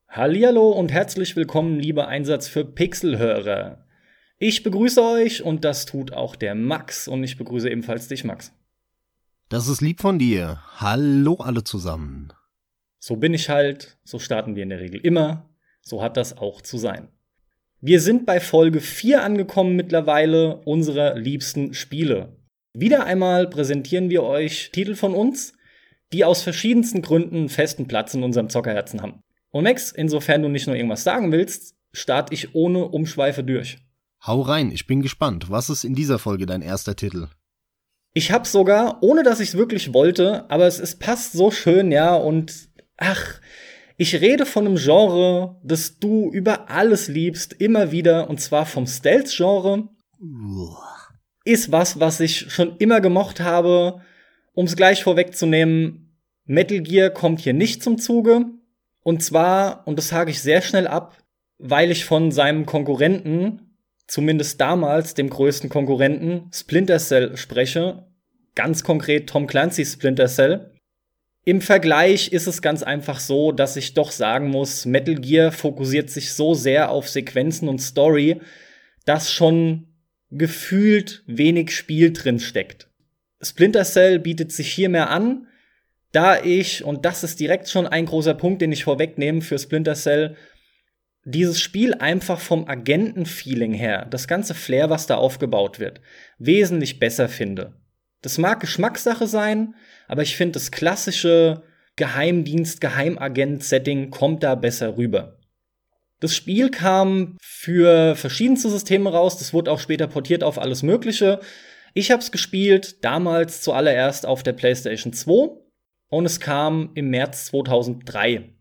Hallihallo und herzlich willkommen, liebe Einsatz für Pixelhörer. Ich begrüße euch und das tut auch der Max und ich begrüße ebenfalls dich, Max. Das ist lieb von dir. Hallo alle zusammen. So bin ich halt, so starten wir in der Regel immer, so hat das auch zu sein. Wir sind bei Folge 4 angekommen mittlerweile unserer liebsten Spiele. Wieder einmal präsentieren wir euch Titel von uns, die aus verschiedensten Gründen einen festen Platz in unserem Zockerherzen haben. Und Max, insofern du nicht nur irgendwas sagen willst, starte ich ohne Umschweife durch. Hau rein, ich bin gespannt. Was ist in dieser Folge dein erster Titel? Ich hab's sogar, ohne dass ich's wirklich wollte, aber es passt so schön, ja, und ich rede von einem Genre, das du über alles liebst, immer wieder, und zwar vom Stealth-Genre. Ist was ich schon immer gemocht habe. Um's gleich vorwegzunehmen, Metal Gear kommt hier nicht zum Zuge. Und zwar, und das sage ich sehr schnell ab, weil ich von seinem Konkurrenten, zumindest damals dem größten Konkurrenten, Splinter Cell spreche. Ganz konkret Tom Clancy's Splinter Cell. Im Vergleich ist es ganz einfach so, dass ich doch sagen muss, Metal Gear fokussiert sich so sehr auf Sequenzen und Story, dass schon gefühlt wenig Spiel drin steckt. Splinter Cell bietet sich hier mehr an, da ich, und das ist direkt schon ein großer Punkt, den ich vorwegnehme für Splinter Cell, dieses Spiel einfach vom Agenten-Feeling her, das ganze Flair, was da aufgebaut wird, wesentlich besser finde. Das mag Geschmackssache sein, aber ich finde, das klassische Geheimdienst-Geheimagent-Setting kommt da besser rüber. Das Spiel kam für verschiedenste Systeme raus, das wurde auch später portiert auf alles Mögliche. Ich hab's gespielt, damals zuallererst auf der PlayStation 2. Und es kam im März 2003.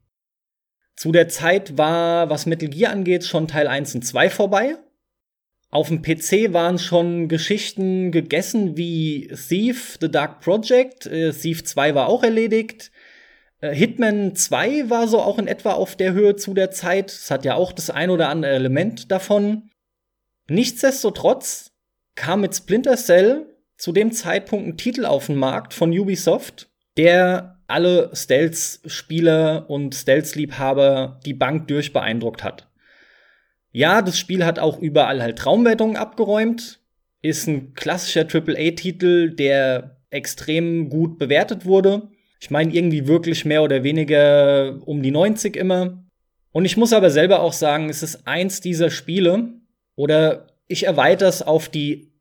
Zu der Zeit war, was Metal Gear angeht, schon Teil 1 und 2 vorbei. Auf dem PC waren schon Geschichten gegessen wie Thief, The Dark Project. Thief 2 war auch erledigt. Hitman 2 war so auch in etwa auf der Höhe zu der Zeit. Es hat ja auch das ein oder andere Element davon. Nichtsdestotrotz kam mit Splinter Cell zu dem Zeitpunkt ein Titel auf den Markt von Ubisoft, der alle Stealth-Spieler und Stealth-Liebhaber die Bank durch beeindruckt hat. Ja, das Spiel hat auch überall halt Traumwertungen abgeräumt, ist ein klassischer AAA-Titel, der extrem gut bewertet wurde. Ich meine, irgendwie wirklich mehr oder weniger um die 90 immer. Und ich muss aber selber auch sagen, es ist eins dieser Spiele, oder ich erweitere es auf die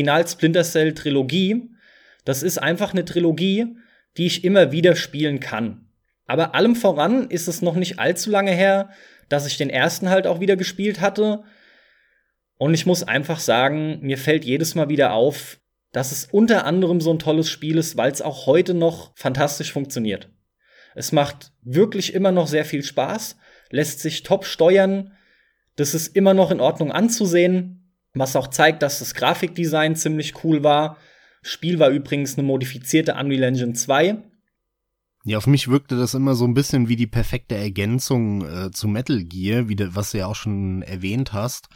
Original-Splinter-Cell-Trilogie. Das ist einfach eine Trilogie, die ich immer wieder spielen kann. Aber allem voran ist es noch nicht allzu lange her, dass ich den ersten halt auch wieder gespielt hatte. Und ich muss einfach sagen, mir fällt jedes Mal wieder auf, dass es unter anderem so ein tolles Spiel ist, weil es auch heute noch fantastisch funktioniert. Es macht wirklich immer noch sehr viel Spaß, lässt sich top steuern. Das ist immer noch in Ordnung anzusehen, was auch zeigt, dass das Grafikdesign ziemlich cool war. Spiel war übrigens eine modifizierte Unreal Engine 2. Ja, auf mich wirkte das immer so ein bisschen wie die perfekte Ergänzung zu Metal Gear, was du ja auch schon erwähnt hast,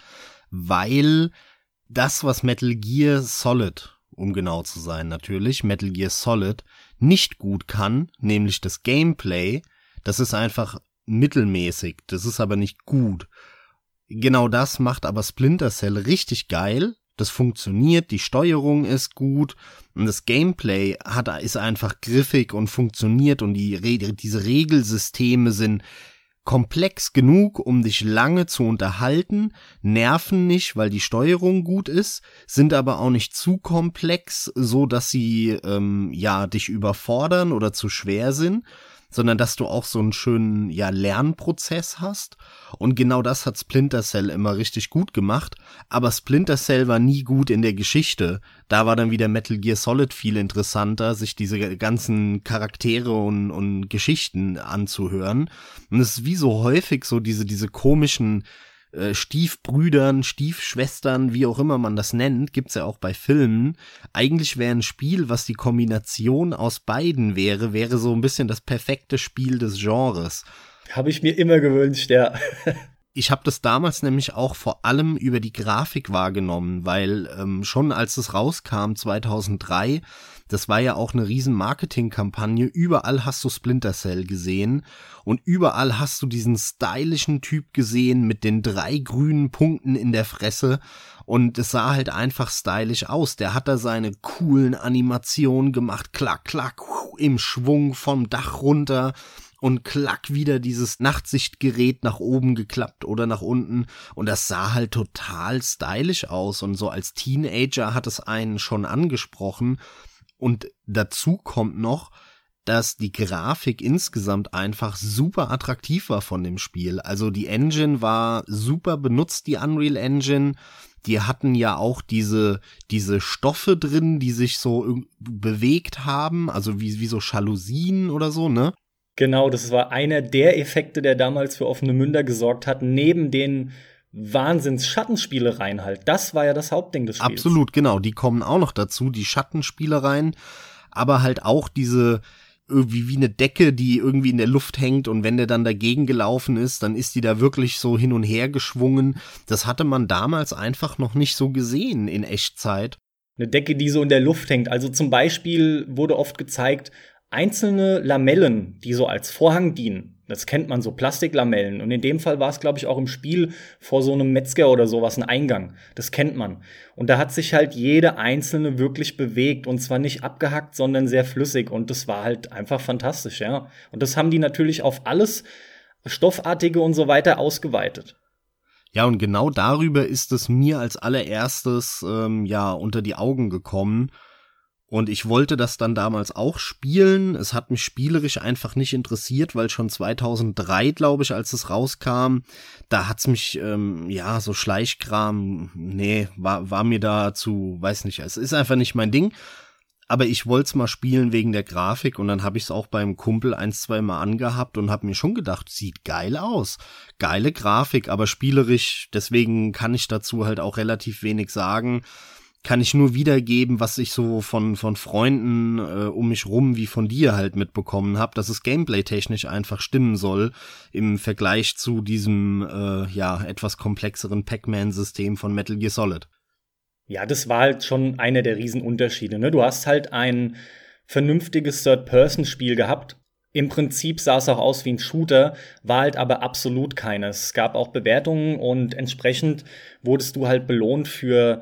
weil das, was Metal Gear Solid, um genau zu sein natürlich, Metal Gear Solid nicht gut kann, nämlich das Gameplay, das ist einfach mittelmäßig, das ist aber nicht gut. Genau das macht aber Splinter Cell richtig geil. Das funktioniert, die Steuerung ist gut und das Gameplay ist einfach griffig und funktioniert und diese Regelsysteme sind komplex genug, um dich lange zu unterhalten, nerven nicht, weil die Steuerung gut ist, sind aber auch nicht zu komplex, so dass sie dich überfordern oder zu schwer sind, sondern dass du auch so einen schönen Lernprozess hast. Und genau das hat Splinter Cell immer richtig gut gemacht. Aber Splinter Cell war nie gut in der Geschichte. Da war dann wieder Metal Gear Solid viel interessanter, sich diese ganzen Charaktere und Geschichten anzuhören. Und es ist wie so häufig so diese komischen Stiefbrüdern, Stiefschwestern, wie auch immer man das nennt, gibt's ja auch bei Filmen. Eigentlich wäre ein Spiel, was die Kombination aus beiden wäre so ein bisschen das perfekte Spiel des Genres. Habe ich mir immer gewünscht, ja. Ich habe das damals nämlich auch vor allem über die Grafik wahrgenommen, weil schon als es rauskam 2003, das war ja auch eine riesen Marketingkampagne, überall hast du Splinter Cell gesehen und überall hast du diesen stylischen Typ gesehen mit den 3 grünen Punkten in der Fresse und es sah halt einfach stylisch aus. Der hat da seine coolen Animationen gemacht, klack, klack, im Schwung vom Dach runter. Und klack wieder dieses Nachtsichtgerät nach oben geklappt oder nach unten. Und das sah halt total stylisch aus. Und so als Teenager hat es einen schon angesprochen. Und dazu kommt noch, dass die Grafik insgesamt einfach super attraktiv war von dem Spiel. Also die Engine war super benutzt, die Unreal Engine. Die hatten ja auch diese Stoffe drin, die sich so bewegt haben. Also wie so Jalousien oder so, ne? Genau, das war einer der Effekte, der damals für offene Münder gesorgt hat, neben den Wahnsinns-Schattenspielereien halt. Das war ja das Hauptding des Spiels. Absolut, genau. Die kommen auch noch dazu, die Schattenspielereien, aber halt auch diese irgendwie wie eine Decke, die irgendwie in der Luft hängt und wenn der dann dagegen gelaufen ist, dann ist die da wirklich so hin und her geschwungen. Das hatte man damals einfach noch nicht so gesehen in Echtzeit. Eine Decke, die so in der Luft hängt. Also zum Beispiel wurde oft gezeigt, einzelne Lamellen, die so als Vorhang dienen. Das kennt man, so Plastiklamellen. Und in dem Fall war es, glaube ich, auch im Spiel vor so einem Metzger oder sowas ein Eingang. Das kennt man. Und da hat sich halt jede einzelne wirklich bewegt. Und zwar nicht abgehackt, sondern sehr flüssig. Und das war halt einfach fantastisch, ja. Und das haben die natürlich auf alles Stoffartige und so weiter ausgeweitet. Ja, und genau darüber ist es mir als allererstes unter die Augen gekommen. Und ich wollte das dann damals auch spielen. Es hat mich spielerisch einfach nicht interessiert, weil schon 2003, glaube ich, als es rauskam, da hat's mich, so Schleichkram, war mir da zu, weiß nicht, es ist einfach nicht mein Ding. Aber ich wollte es mal spielen wegen der Grafik und dann habe ich es auch beim Kumpel 1-2 Mal angehabt und habe mir schon gedacht, sieht geil aus. Geile Grafik, aber spielerisch, deswegen kann ich dazu halt auch relativ wenig sagen. Kann ich nur wiedergeben, was ich so von Freunden um mich rum wie von dir halt mitbekommen habe, dass es gameplay-technisch einfach stimmen soll im Vergleich zu diesem etwas komplexeren Pac-Man-System von Metal Gear Solid. Ja, das war halt schon einer der Riesenunterschiede, ne? Du hast halt ein vernünftiges Third-Person-Spiel gehabt. Im Prinzip sah es auch aus wie ein Shooter, war halt aber absolut keines. Es gab auch Bewertungen und entsprechend wurdest du halt belohnt für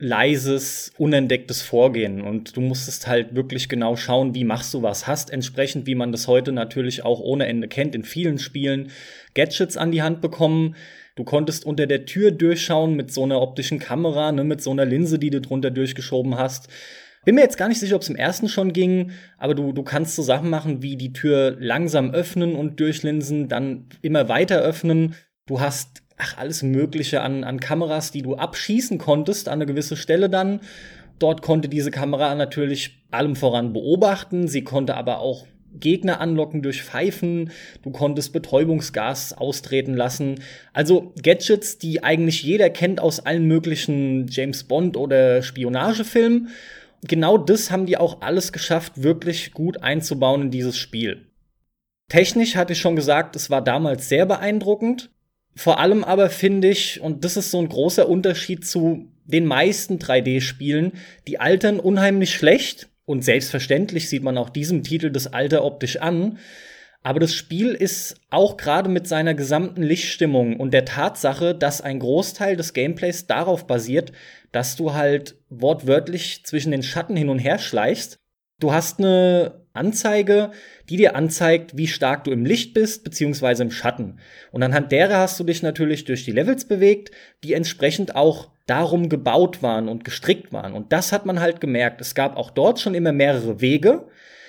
leises, unentdecktes Vorgehen. Und du musstest halt wirklich genau schauen, wie machst du was. Hast entsprechend, wie man das heute natürlich auch ohne Ende kennt, in vielen Spielen Gadgets an die Hand bekommen. Du konntest unter der Tür durchschauen mit so einer optischen Kamera, ne, mit so einer Linse, die du drunter durchgeschoben hast. Bin mir jetzt gar nicht sicher, ob es im ersten schon ging, aber du kannst so Sachen machen, wie die Tür langsam öffnen und durchlinsen, dann immer weiter öffnen. Du hast alles Mögliche an Kameras, die du abschießen konntest an eine gewisse Stelle dann. Dort konnte diese Kamera natürlich allem voran beobachten. Sie konnte aber auch Gegner anlocken durch Pfeifen. Du konntest Betäubungsgas austreten lassen. Also Gadgets, die eigentlich jeder kennt aus allen möglichen James Bond oder Spionagefilmen. Genau das haben die auch alles geschafft, wirklich gut einzubauen in dieses Spiel. Technisch hatte ich schon gesagt, es war damals sehr beeindruckend. Vor allem aber finde ich, und das ist so ein großer Unterschied zu den meisten 3D-Spielen, die altern unheimlich schlecht. Und selbstverständlich sieht man auch diesem Titel das Alter optisch an. Aber das Spiel ist auch gerade mit seiner gesamten Lichtstimmung und der Tatsache, dass ein Großteil des Gameplays darauf basiert, dass du halt wortwörtlich zwischen den Schatten hin und her schleichst. Du hast eine Anzeige, die dir anzeigt, wie stark du im Licht bist, beziehungsweise im Schatten. Und anhand derer hast du dich natürlich durch die Levels bewegt, die entsprechend auch darum gebaut waren und gestrickt waren. Und das hat man halt gemerkt. Es gab auch dort schon immer mehrere Wege,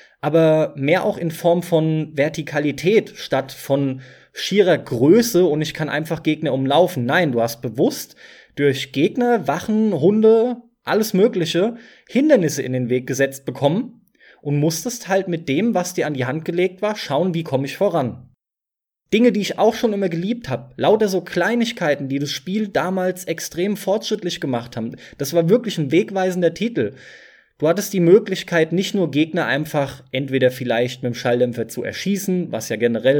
aber mehr auch in Form von Vertikalität statt von schierer Größe und ich kann einfach Gegner umlaufen. Nein, du hast bewusst durch Gegner, Wachen, Hunde, alles Mögliche Hindernisse in den Weg gesetzt bekommen und musstest halt mit dem, was dir an die Hand gelegt war, schauen, wie komme ich voran. Dinge, die ich auch schon immer geliebt habe, lauter so Kleinigkeiten, die das Spiel damals extrem fortschrittlich gemacht haben. Das war wirklich ein wegweisender Titel. Du hattest die Möglichkeit, nicht nur Gegner einfach entweder vielleicht mit dem Schalldämpfer zu erschießen, was ja generell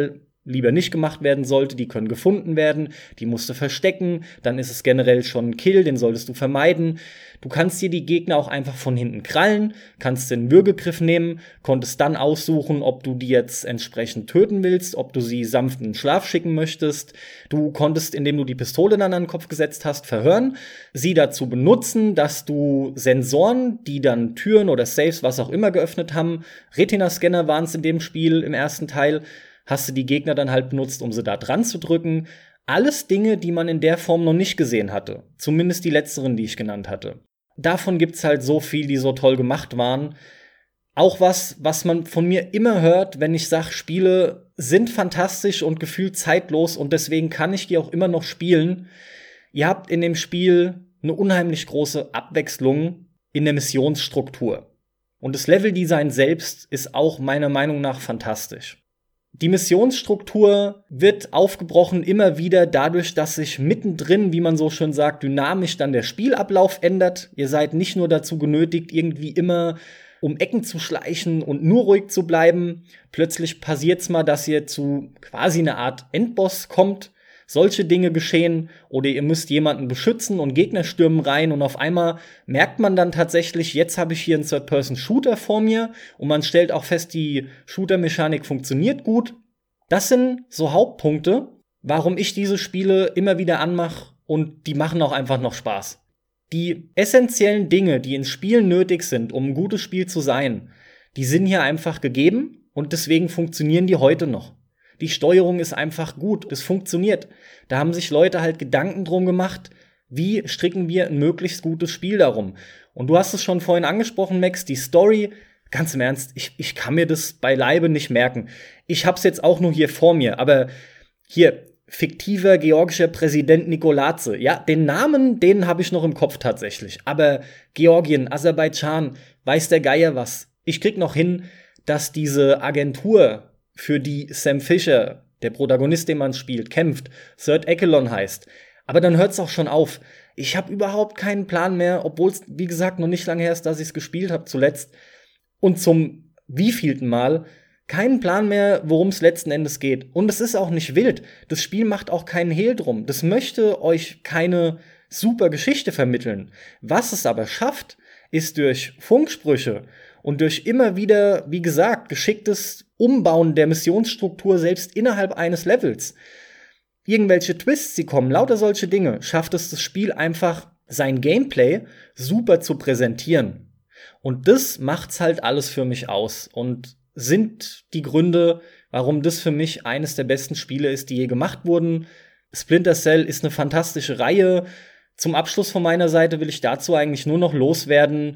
lieber nicht gemacht werden sollte, die können gefunden werden, die musst du verstecken, dann ist es generell schon ein Kill, den solltest du vermeiden. Du kannst dir die Gegner auch einfach von hinten krallen, kannst den Würgegriff nehmen, konntest dann aussuchen, ob du die jetzt entsprechend töten willst, ob du sie sanft in den Schlaf schicken möchtest. Du konntest, indem du die Pistole dann an den Kopf gesetzt hast, verhören, sie dazu benutzen, dass du Sensoren, die dann Türen oder Safes, was auch immer geöffnet haben, Retina-Scanner waren es in dem Spiel im ersten Teil, hast du die Gegner dann halt benutzt, um sie da dran zu drücken. Alles Dinge, die man in der Form noch nicht gesehen hatte. Zumindest die letzteren, die ich genannt hatte. Davon gibt's halt so viel, die so toll gemacht waren. Auch was man von mir immer hört, wenn ich sage, Spiele sind fantastisch und gefühlt zeitlos und deswegen kann ich die auch immer noch spielen. Ihr habt in dem Spiel eine unheimlich große Abwechslung in der Missionsstruktur. Und das Leveldesign selbst ist auch meiner Meinung nach fantastisch. Die Missionsstruktur wird aufgebrochen immer wieder dadurch, dass sich mittendrin, wie man so schön sagt, dynamisch dann der Spielablauf ändert. Ihr seid nicht nur dazu genötigt, irgendwie immer um Ecken zu schleichen und nur ruhig zu bleiben. Plötzlich passiert's mal, dass ihr zu quasi einer Art Endboss kommt. Solche Dinge geschehen oder ihr müsst jemanden beschützen und Gegner stürmen rein und auf einmal merkt man dann tatsächlich, jetzt habe ich hier einen Third-Person-Shooter vor mir und man stellt auch fest, die Shooter-Mechanik funktioniert gut. Das sind so Hauptpunkte, warum ich diese Spiele immer wieder anmache und die machen auch einfach noch Spaß. Die essentiellen Dinge, die in Spielen nötig sind, um ein gutes Spiel zu sein, die sind hier einfach gegeben und deswegen funktionieren die heute noch. Die Steuerung ist einfach gut, es funktioniert. Da haben sich Leute halt Gedanken drum gemacht, wie stricken wir ein möglichst gutes Spiel darum. Und du hast es schon vorhin angesprochen, Max, die Story, ganz im Ernst, ich kann mir das beileibe nicht merken. Ich hab's jetzt auch nur hier vor mir, aber hier, fiktiver georgischer Präsident Nikolaze, ja, den Namen, den habe ich noch im Kopf tatsächlich. Aber Georgien, Aserbaidschan, weiß der Geier was. Ich krieg noch hin, dass diese Agentur, für die Sam Fisher, der Protagonist, den man spielt, kämpft, Third Echelon heißt. Aber dann hört's auch schon auf. Ich habe überhaupt keinen Plan mehr, obwohl es, wie gesagt, noch nicht lange her ist, dass ich es gespielt habe zuletzt. Und zum wievielten Mal keinen Plan mehr, worum es letzten Endes geht. Und es ist auch nicht wild. Das Spiel macht auch keinen Hehl drum. Das möchte euch keine super Geschichte vermitteln. Was es aber schafft, ist durch Funksprüche und durch immer wieder, wie gesagt, geschicktes Umbauen der Missionsstruktur selbst innerhalb eines Levels. Irgendwelche Twists, die kommen, lauter solche Dinge, schafft es das Spiel einfach, sein Gameplay super zu präsentieren. Und das macht's halt alles für mich aus und sind die Gründe, warum das für mich eines der besten Spiele ist, die je gemacht wurden. Splinter Cell ist eine fantastische Reihe. Zum Abschluss von meiner Seite will ich dazu eigentlich nur noch loswerden.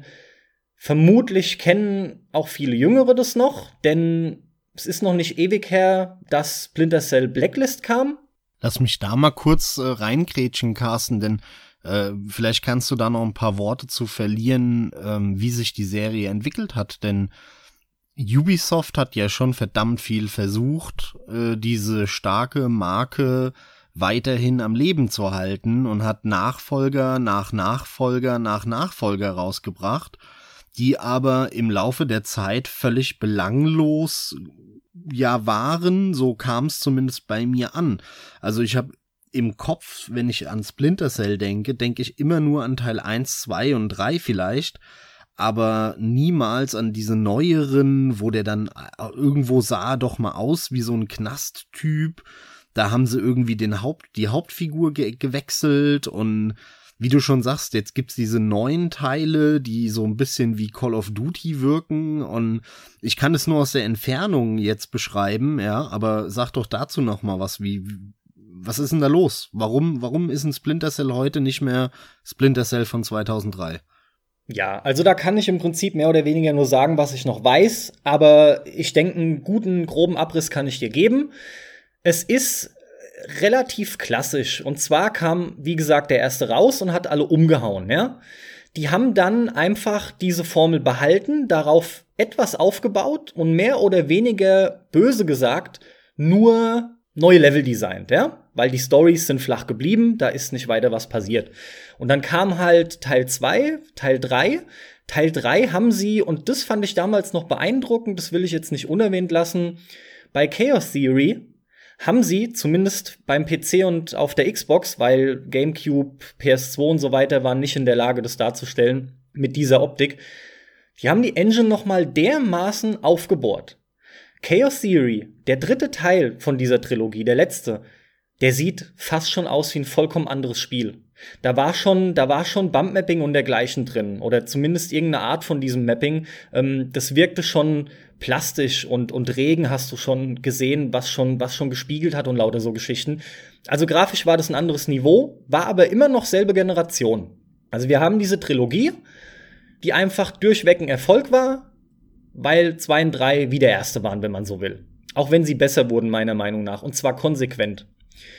Vermutlich kennen auch viele Jüngere das noch, denn es ist noch nicht ewig her, dass Splinter Cell Blacklist kam. Lass mich da mal kurz reingrätschen, Carsten, denn vielleicht kannst du da noch ein paar Worte zu verlieren, wie sich die Serie entwickelt hat, denn Ubisoft hat ja schon verdammt viel versucht, diese starke Marke weiterhin am Leben zu halten und hat Nachfolger nach Nachfolger nach Nachfolger rausgebracht, die aber im Laufe der Zeit völlig belanglos waren, so kam es zumindest bei mir an. Also ich habe im Kopf, wenn ich an Splinter Cell denke ich immer nur an Teil 1, 2 und 3 vielleicht, aber niemals an diese neueren, wo der dann irgendwo sah doch mal aus wie so ein Knasttyp. Da haben sie irgendwie die Hauptfigur gewechselt und wie du schon sagst, jetzt gibt's diese neuen Teile, die so ein bisschen wie Call of Duty wirken und ich kann es nur aus der Entfernung jetzt beschreiben, ja, aber sag doch dazu noch mal was, was ist denn da los? Warum ist ein Splinter Cell heute nicht mehr Splinter Cell von 2003? Ja, also da kann ich im Prinzip mehr oder weniger nur sagen, was ich noch weiß, aber ich denke, einen guten, groben Abriss kann ich dir geben. Es ist relativ klassisch. Und zwar kam, wie gesagt, der erste raus und hat alle umgehauen, ja. Die haben dann einfach diese Formel behalten, darauf etwas aufgebaut und mehr oder weniger, böse gesagt, nur neue Level designt, ja. Weil die Storys sind flach geblieben, da ist nicht weiter was passiert. Und dann kam halt Teil 2, Teil 3. Teil 3 haben sie, und das fand ich damals noch beeindruckend, das will ich jetzt nicht unerwähnt lassen, bei Chaos Theory haben sie zumindest beim PC und auf der Xbox, weil GameCube, PS2 und so weiter waren nicht in der Lage, das darzustellen mit dieser Optik, die haben die Engine noch mal dermaßen aufgebohrt. Chaos Theory, der dritte Teil von dieser Trilogie, der letzte, der sieht fast schon aus wie ein vollkommen anderes Spiel. Da war schon Bumpmapping und dergleichen drin. Oder zumindest irgendeine Art von diesem Mapping. Das wirkte schon plastisch und Regen hast du schon gesehen, was schon gespiegelt hat und lauter so Geschichten. Also grafisch war das ein anderes Niveau, war aber immer noch selbe Generation. Also wir haben diese Trilogie, die einfach durchweg ein Erfolg war, weil 2 und 3 wie der erste waren, wenn man so will. Auch wenn sie besser wurden, meiner Meinung nach. Und zwar konsequent.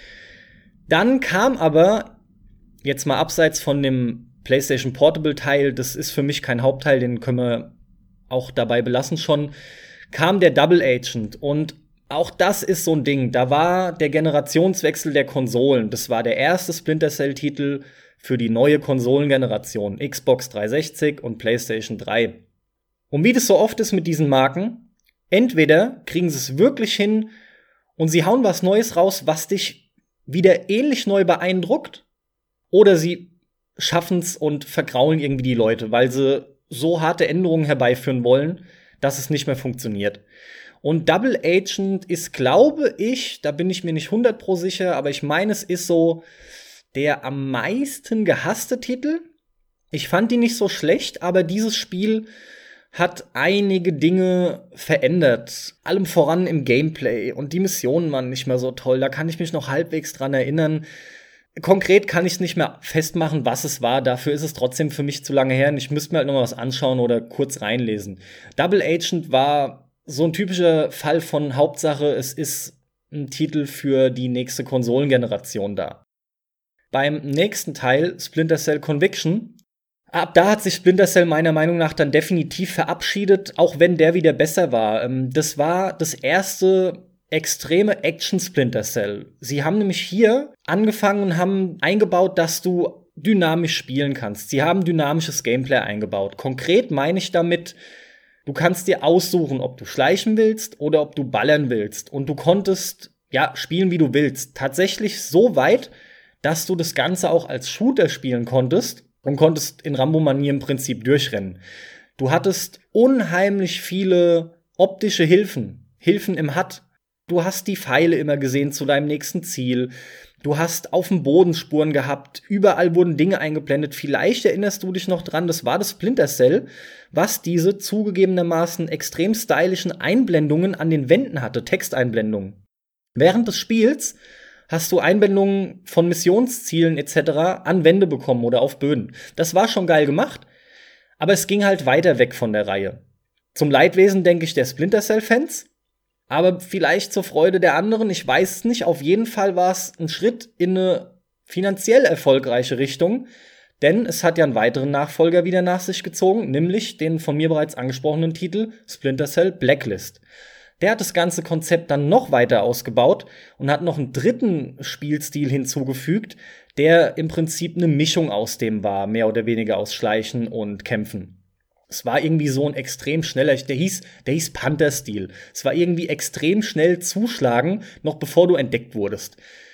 Dann kam aber, jetzt mal abseits von dem PlayStation Portable Teil, das ist für mich kein Hauptteil, den können wir auch dabei belassen schon, kam der Double Agent. Und auch das ist so ein Ding. Da war der Generationswechsel der Konsolen. Das war der erste Splinter Cell-Titel für die neue Konsolengeneration, Xbox 360 und PlayStation 3. Und wie das so oft ist mit diesen Marken, entweder kriegen sie es wirklich hin und sie hauen was Neues raus, was dich wieder ähnlich neu beeindruckt, oder sie schaffen es und vergraulen irgendwie die Leute, weil sie so harte Änderungen herbeiführen wollen, dass es nicht mehr funktioniert. Und Double Agent ist, glaube ich, da bin ich mir nicht 100% sicher, aber ich meine, es ist so der am meisten gehasste Titel. Ich fand ihn nicht so schlecht, aber dieses Spiel hat einige Dinge verändert. Allem voran im Gameplay. Und die Missionen waren nicht mehr so toll. Da kann ich mich noch halbwegs dran erinnern. Konkret kann ich es nicht mehr festmachen, was es war. Dafür ist es trotzdem für mich zu lange her. Und ich müsste mir halt noch mal was anschauen oder kurz reinlesen. Double Agent war so ein typischer Fall von Hauptsache, es ist ein Titel für die nächste Konsolengeneration da. Beim nächsten Teil, Splinter Cell Conviction, ab da hat sich Splinter Cell meiner Meinung nach dann definitiv verabschiedet, auch wenn der wieder besser war. Das war das erste extreme Action-Splinter Cell. Sie haben nämlich hier angefangen und haben eingebaut, dass du dynamisch spielen kannst. Sie haben dynamisches Gameplay eingebaut. Konkret meine ich damit, du kannst dir aussuchen, ob du schleichen willst oder ob du ballern willst. Und du konntest, ja, spielen, wie du willst. Tatsächlich so weit, dass du das Ganze auch als Shooter spielen konntest und konntest in Rambo-Manier im Prinzip durchrennen. Du hattest unheimlich viele optische Hilfen im HUD. Du hast die Pfeile immer gesehen zu deinem nächsten Ziel. Du hast auf dem Boden Spuren gehabt. Überall wurden Dinge eingeblendet. Vielleicht erinnerst du dich noch dran, das war das Splinter Cell, was diese zugegebenermaßen extrem stylischen Einblendungen an den Wänden hatte, Texteinblendungen. Während des Spiels hast du Einblendungen von Missionszielen etc. an Wände bekommen oder auf Böden. Das war schon geil gemacht, aber es ging halt weiter weg von der Reihe. Zum Leidwesen, denke ich, der Splinter Cell-Fans, aber vielleicht zur Freude der anderen, ich weiß es nicht. Auf jeden Fall war es ein Schritt in eine finanziell erfolgreiche Richtung, denn es hat ja einen weiteren Nachfolger wieder nach sich gezogen, nämlich den von mir bereits angesprochenen Titel Splinter Cell Blacklist. Der hat das ganze Konzept dann noch weiter ausgebaut und hat noch einen dritten Spielstil hinzugefügt, der im Prinzip eine Mischung aus dem war, mehr oder weniger aus Schleichen und Kämpfen. Es war irgendwie so ein extrem schneller, der hieß Panther-Stil. Es war irgendwie extrem schnell zuschlagen, noch bevor du entdeckt wurdest.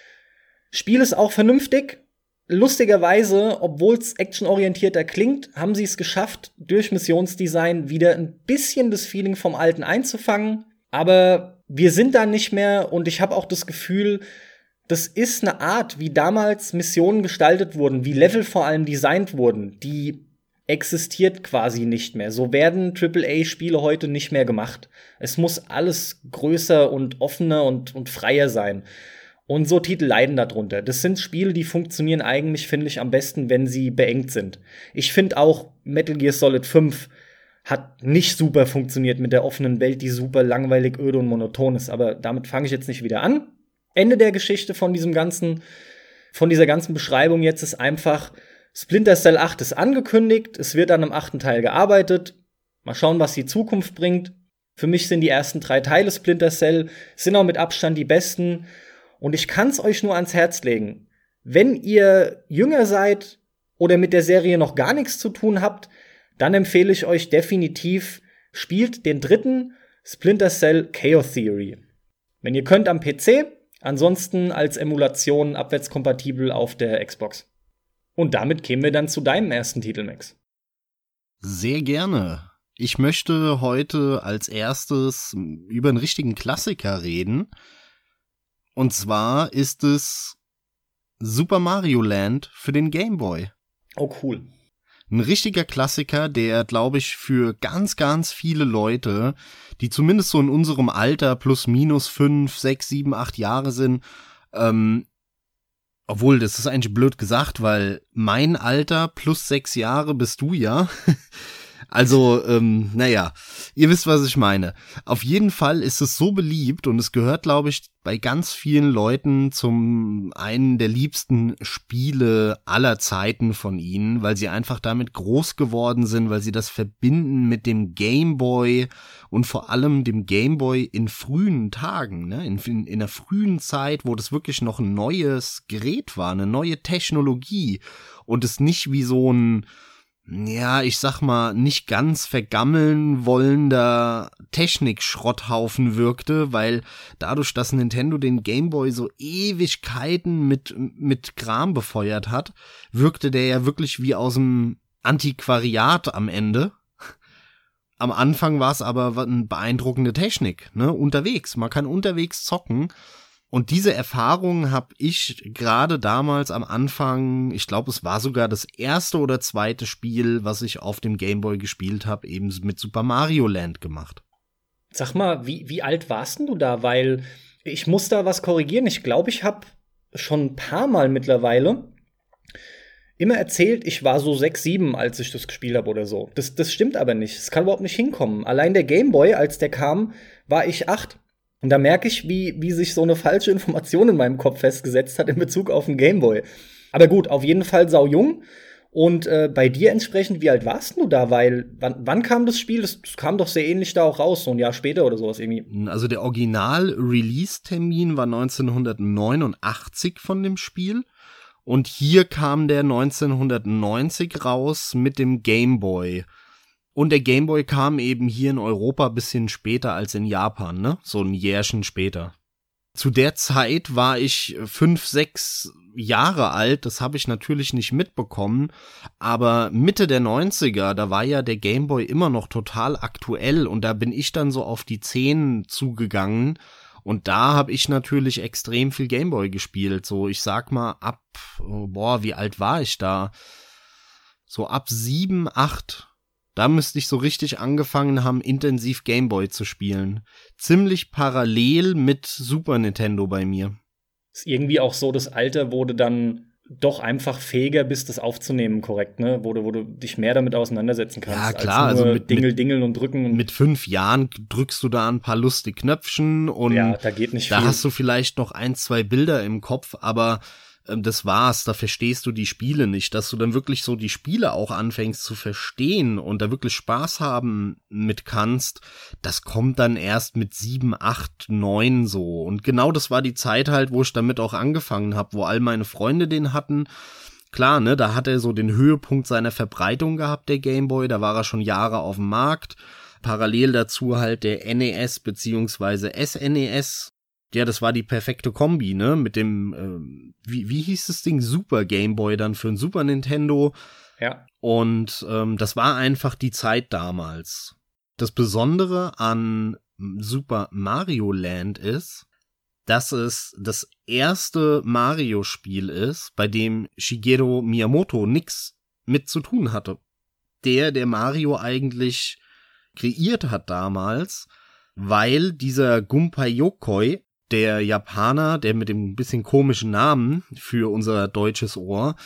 Spiel ist auch vernünftig. Lustigerweise, obwohl es actionorientierter klingt, haben sie es geschafft, durch Missionsdesign wieder ein bisschen das Feeling vom Alten einzufangen. Aber wir sind da nicht mehr und ich habe auch das Gefühl, das ist eine Art, wie damals Missionen gestaltet wurden, wie Level vor allem designt wurden, die existiert quasi nicht mehr. So werden AAA-Spiele heute nicht mehr gemacht. Es muss alles größer und offener und freier sein. Und so Titel leiden darunter. Das sind Spiele, die funktionieren eigentlich, finde ich, am besten, wenn sie beengt sind. Ich finde auch Metal Gear Solid 5 hat nicht super funktioniert mit der offenen Welt, die super langweilig, öde und monoton ist. Aber damit fange ich jetzt nicht wieder an. Ende der Geschichte von dieser ganzen Beschreibung jetzt ist einfach, Splinter Cell 8 ist angekündigt, es wird an einem 8. Teil gearbeitet. Mal schauen, was die Zukunft bringt. Für mich sind die ersten 3 Teile Splinter Cell, sind auch mit Abstand die besten. Und ich kann's euch nur ans Herz legen. Wenn ihr jünger seid oder mit der Serie noch gar nichts zu tun habt, dann empfehle ich euch definitiv, spielt den 3. Splinter Cell Chaos Theory. Wenn ihr könnt am PC, Ansonsten als Emulation abwärtskompatibel auf der Xbox. Und damit kämen wir dann zu deinem ersten Titel, Max. Sehr gerne. Ich möchte heute als erstes über einen richtigen Klassiker reden. Und zwar ist es Super Mario Land für den Game Boy. Oh, cool. Ein richtiger Klassiker, der, glaube ich, für ganz, ganz viele Leute, die zumindest so in unserem Alter plus minus 5, 6, 7, 8 Jahre sind, obwohl, das ist eigentlich blöd gesagt, weil mein Alter plus 6 Jahre bist du ja. Also, naja, ihr wisst, was ich meine. Auf jeden Fall ist es so beliebt und es gehört, glaube ich, bei ganz vielen Leuten zum einen der liebsten Spiele aller Zeiten von ihnen, weil sie einfach damit groß geworden sind, weil sie das verbinden mit dem Game Boy und vor allem dem Game Boy in frühen Tagen, ne? In der frühen Zeit, wo das wirklich noch ein neues Gerät war, eine neue Technologie und es nicht wie so ein, ja, ich sag mal, nicht ganz vergammeln wollender Technik-Schrotthaufen wirkte, weil dadurch, dass Nintendo den Game Boy so Ewigkeiten mit Kram befeuert hat, wirkte der ja wirklich wie aus dem Antiquariat am Ende. Am Anfang war es aber eine beeindruckende Technik, ne, unterwegs. Man kann unterwegs zocken. Und diese Erfahrung habe ich gerade damals am Anfang, ich glaube, es war sogar das erste oder zweite Spiel, was ich auf dem Game Boy gespielt habe, eben mit Super Mario Land gemacht. Sag mal, wie alt warst denn du da? Weil ich muss da was korrigieren. Ich glaube, ich habe schon ein paar Mal mittlerweile immer erzählt, ich war so 6, 7, als ich das gespielt habe oder so. Das stimmt aber nicht. Es kann überhaupt nicht hinkommen. Allein der Game Boy, als der kam, war ich 8. Und da merke ich, wie sich so eine falsche Information in meinem Kopf festgesetzt hat in Bezug auf den Gameboy. Aber gut, auf jeden Fall saujung. Und bei dir entsprechend, wie alt warst du da? Weil, wann kam das Spiel? Das kam doch sehr ähnlich da auch raus, so ein Jahr später oder sowas irgendwie. Also der Original-Release-Termin war 1989 von dem Spiel. Und hier kam der 1990 raus mit dem Game Boy. Und der Game Boy kam eben hier in Europa ein bisschen später als in Japan, ne? So ein Jährchen später. Zu der Zeit war ich 5, 6 Jahre alt, das habe ich natürlich nicht mitbekommen, aber Mitte der 90er, da war ja der Game Boy immer noch total aktuell und da bin ich dann so auf die 10 zugegangen und da habe ich natürlich extrem viel Game Boy gespielt, so ich sag mal ab, wie alt war ich da? So ab 7, 8. Da müsste ich so richtig angefangen haben, intensiv Gameboy zu spielen. Ziemlich parallel mit Super Nintendo bei mir. Ist irgendwie auch so das Alter, wo du dann doch einfach fähiger bist, das aufzunehmen, korrekt, ne? Wo du dich mehr damit auseinandersetzen kannst. Ja, klar, als nur also Dingeln und drücken. Mit 5 Jahren drückst du da ein paar lustige Knöpfchen und ja, da geht nicht da viel. hast du vielleicht noch 1, 2 Bilder im Kopf, aber das war's, da verstehst du die Spiele nicht, dass du dann wirklich so die Spiele auch anfängst zu verstehen und da wirklich Spaß haben mit kannst, das kommt dann erst mit 7, 8, 9 so. Und genau das war die Zeit halt, wo ich damit auch angefangen habe, wo all meine Freunde den hatten. Klar, ne, da hat er so den Höhepunkt seiner Verbreitung gehabt, der Gameboy, da war er schon Jahre auf dem Markt. Parallel dazu halt der NES bzw. SNES. Ja, das war die perfekte Kombi, ne, mit dem, wie hieß das Ding? Super Game Boy dann für ein Super Nintendo. Ja. Und das war einfach die Zeit damals. Das Besondere an Super Mario Land ist, dass es das erste Mario-Spiel ist, bei dem Shigeru Miyamoto nix mit zu tun hatte. Der Mario eigentlich kreiert hat damals, weil dieser Gunpei Yokoi, der Japaner, der mit dem bisschen komischen Namen für unser deutsches Ohr,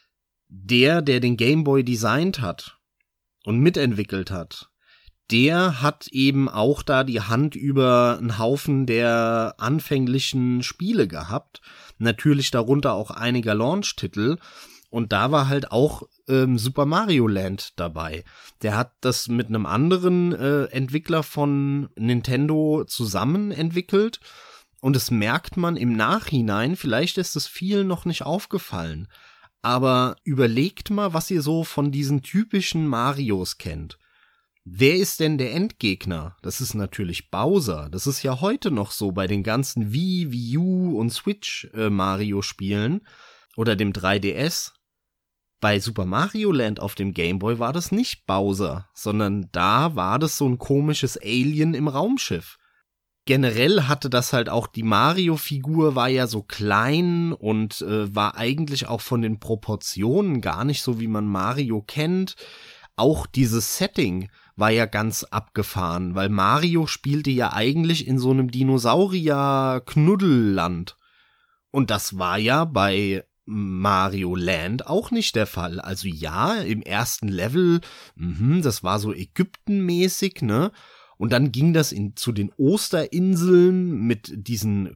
der den Game Boy designt hat und mitentwickelt hat, der hat eben auch da die Hand über einen Haufen der anfänglichen Spiele gehabt. Natürlich darunter auch einiger Launch-Titel. Und da war halt auch Super Mario Land dabei. Der hat das mit einem anderen Entwickler von Nintendo zusammen entwickelt. Und das merkt man im Nachhinein, vielleicht ist es vielen noch nicht aufgefallen. Aber überlegt mal, was ihr so von diesen typischen Marios kennt. Wer ist denn der Endgegner? Das ist natürlich Bowser. Das ist ja heute noch so bei den ganzen Wii U und Switch Mario-Spielen oder dem 3DS. Bei Super Mario Land auf dem Game Boy war das nicht Bowser, sondern da war das so ein komisches Alien im Raumschiff. Generell hatte das halt auch, die Mario-Figur war ja so klein und war eigentlich auch von den Proportionen gar nicht so, wie man Mario kennt. Auch dieses Setting war ja ganz abgefahren, weil Mario spielte ja eigentlich in so einem Dinosaurier-Knuddelland. Und das war ja bei Mario Land auch nicht der Fall. Also ja, im ersten Level, das war so Ägyptenmäßig, ne? Und dann ging das zu den Osterinseln mit diesen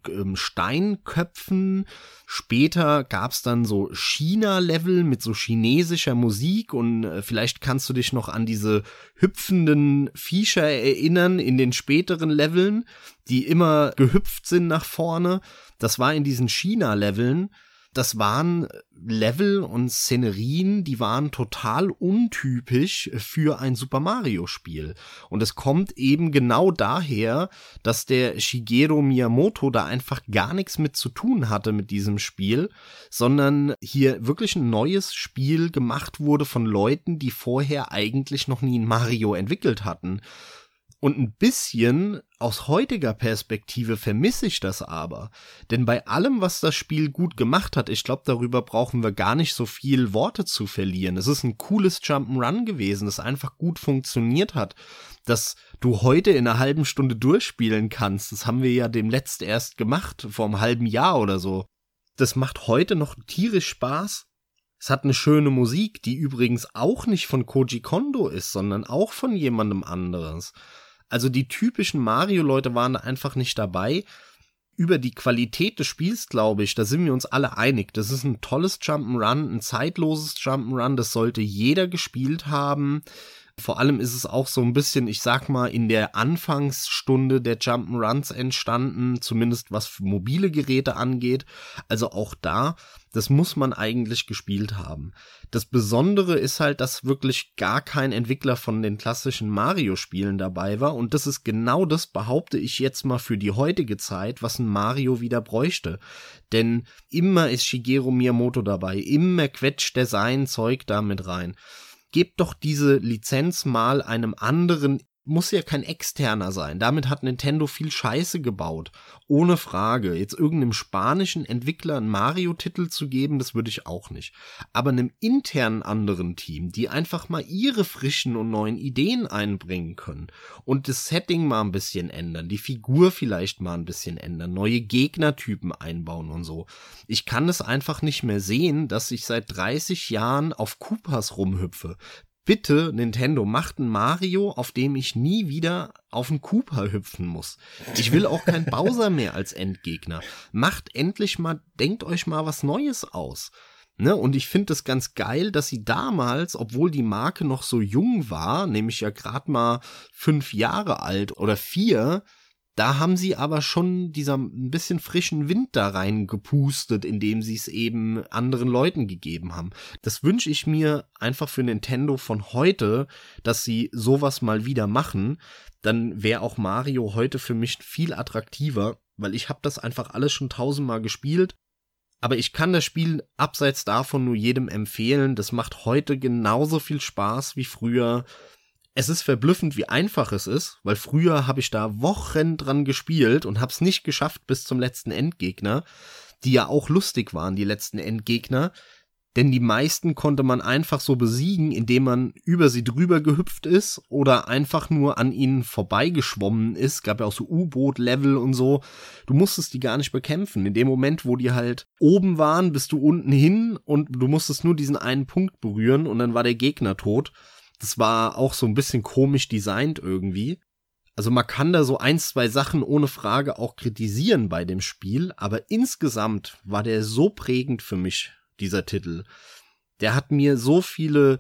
Steinköpfen. Später gab's dann so China-Level mit so chinesischer Musik und vielleicht kannst du dich noch an diese hüpfenden Viecher erinnern in den späteren Leveln, die immer gehüpft sind nach vorne. Das war in diesen China-Leveln. Das waren Level und Szenerien, die waren total untypisch für ein Super Mario Spiel. Und es kommt eben genau daher, dass der Shigeru Miyamoto da einfach gar nichts mit zu tun hatte mit diesem Spiel, sondern hier wirklich ein neues Spiel gemacht wurde von Leuten, die vorher eigentlich noch nie ein Mario entwickelt hatten. Und ein bisschen aus heutiger Perspektive vermisse ich das aber. Denn bei allem, was das Spiel gut gemacht hat, ich glaube, darüber brauchen wir gar nicht so viel Worte zu verlieren. Es ist ein cooles Jump'n'Run gewesen, das einfach gut funktioniert hat. Dass du heute in einer halben Stunde durchspielen kannst, das haben wir ja demnächst erst gemacht, vor einem halben Jahr oder so. Das macht heute noch tierisch Spaß. Es hat eine schöne Musik, die übrigens auch nicht von Koji Kondo ist, sondern auch von jemandem anderes. Also die typischen Mario-Leute waren da einfach nicht dabei. Über die Qualität des Spiels, glaube ich, da sind wir uns alle einig. Das ist ein tolles Jump'n'Run, ein zeitloses Jump'n'Run, das sollte jeder gespielt haben. Vor allem ist es auch so ein bisschen, ich sag mal, in der Anfangsstunde der Jump'n'Runs entstanden, zumindest was für mobile Geräte angeht. Also auch da, das muss man eigentlich gespielt haben. Das Besondere ist halt, dass wirklich gar kein Entwickler von den klassischen Mario-Spielen dabei war. Und das ist genau das, behaupte ich jetzt mal für die heutige Zeit, was ein Mario wieder bräuchte. Denn immer ist Shigeru Miyamoto dabei, immer quetscht der sein Zeug da mit rein. Gebt doch diese Lizenz mal einem anderen, muss ja kein externer sein. Damit hat Nintendo viel Scheiße gebaut. Ohne Frage. Jetzt irgendeinem spanischen Entwickler einen Mario-Titel zu geben, das würde ich auch nicht. Aber einem internen anderen Team, die einfach mal ihre frischen und neuen Ideen einbringen können und das Setting mal ein bisschen ändern, die Figur vielleicht mal ein bisschen ändern, neue Gegnertypen einbauen und so. Ich kann es einfach nicht mehr sehen, dass ich seit 30 Jahren auf Koopas rumhüpfe. Bitte, Nintendo, macht ein Mario, auf dem ich nie wieder auf einen Koopa hüpfen muss. Ich will auch kein Bowser mehr als Endgegner. Macht endlich mal, denkt euch mal was Neues aus. Ne? Und ich finde es ganz geil, dass sie damals, obwohl die Marke noch so jung war, nämlich ja gerade mal 5 Jahre alt oder 4, da haben sie aber schon dieser ein bisschen frischen Wind da rein gepustet, indem sie es eben anderen Leuten gegeben haben. Das wünsche ich mir einfach für Nintendo von heute, dass sie sowas mal wieder machen. Dann wäre auch Mario heute für mich viel attraktiver, weil ich habe das einfach alles schon 1000-mal gespielt. Aber ich kann das Spiel abseits davon nur jedem empfehlen. Das macht heute genauso viel Spaß wie früher. Es ist verblüffend, wie einfach es ist, weil früher habe ich da Wochen dran gespielt und habe es nicht geschafft bis zum letzten Endgegner, die ja auch lustig waren, die letzten Endgegner, denn die meisten konnte man einfach so besiegen, indem man über sie drüber gehüpft ist oder einfach nur an ihnen vorbeigeschwommen ist. Gab ja auch so U-Boot-Level und so. Du musstest die gar nicht bekämpfen. In dem Moment, wo die halt oben waren, bist du unten hin und du musstest nur diesen einen Punkt berühren und dann war der Gegner tot. Das war auch so ein bisschen komisch designt irgendwie. Also man kann da so 1, 2 Sachen ohne Frage auch kritisieren bei dem Spiel, aber insgesamt war der so prägend für mich, dieser Titel. Der hat mir so viele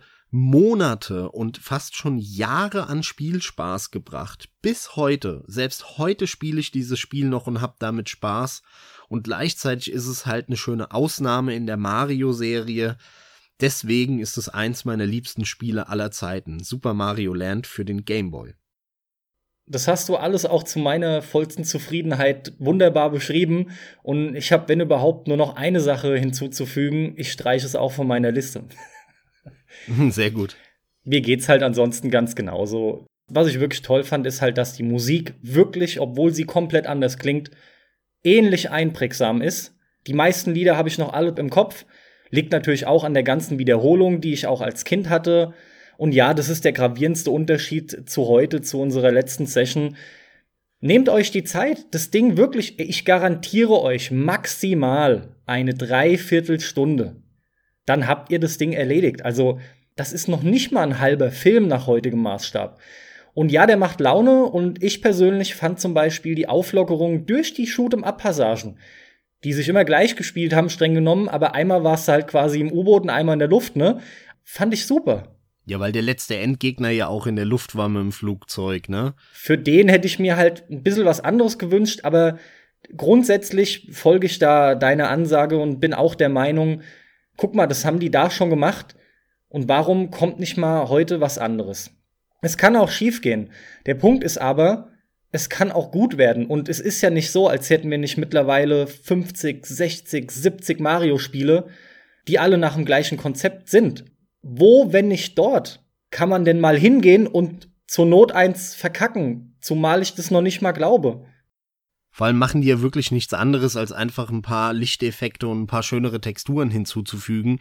Monate und fast schon Jahre an Spielspaß gebracht. Bis heute. Selbst heute spiele ich dieses Spiel noch und habe damit Spaß. Und gleichzeitig ist es halt eine schöne Ausnahme in der Mario-Serie, Deswegen ist es eins meiner liebsten Spiele aller Zeiten. Super Mario Land für den Game Boy. Das hast du alles auch zu meiner vollsten Zufriedenheit wunderbar beschrieben. Und ich habe, wenn überhaupt, nur noch eine Sache hinzuzufügen. Ich streiche es auch von meiner Liste. Sehr gut. Mir geht's halt ansonsten ganz genauso. Was ich wirklich toll fand, ist halt, dass die Musik wirklich, obwohl sie komplett anders klingt, ähnlich einprägsam ist. Die meisten Lieder habe ich noch alle im Kopf. Liegt natürlich auch an der ganzen Wiederholung, die ich auch als Kind hatte. Und ja, das ist der gravierendste Unterschied zu heute, zu unserer letzten Session. Nehmt euch die Zeit, das Ding wirklich, ich garantiere euch maximal eine Dreiviertelstunde. Dann habt ihr das Ding erledigt. Also, das ist noch nicht mal ein halber Film nach heutigem Maßstab. Und ja, der macht Laune und ich persönlich fand zum Beispiel die Auflockerung durch die Shoot'em-up-Passagen, die sich immer gleich gespielt haben, streng genommen, aber einmal war es halt quasi im U-Boot und einmal in der Luft, ne? Fand ich super. Ja, weil der letzte Endgegner ja auch in der Luft war mit dem Flugzeug, ne? Für den hätte ich mir halt ein bisschen was anderes gewünscht, aber grundsätzlich folge ich da deiner Ansage und bin auch der Meinung, guck mal, das haben die da schon gemacht und warum kommt nicht mal heute was anderes? Es kann auch schief gehen. Der Punkt ist aber, es kann auch gut werden und es ist ja nicht so, als hätten wir nicht mittlerweile 50, 60, 70 Mario-Spiele, die alle nach dem gleichen Konzept sind. Wo, wenn nicht dort, kann man denn mal hingehen und zur Not eins verkacken, zumal ich das noch nicht mal glaube. Vor allem machen die ja wirklich nichts anderes, als einfach ein paar Lichteffekte und ein paar schönere Texturen hinzuzufügen.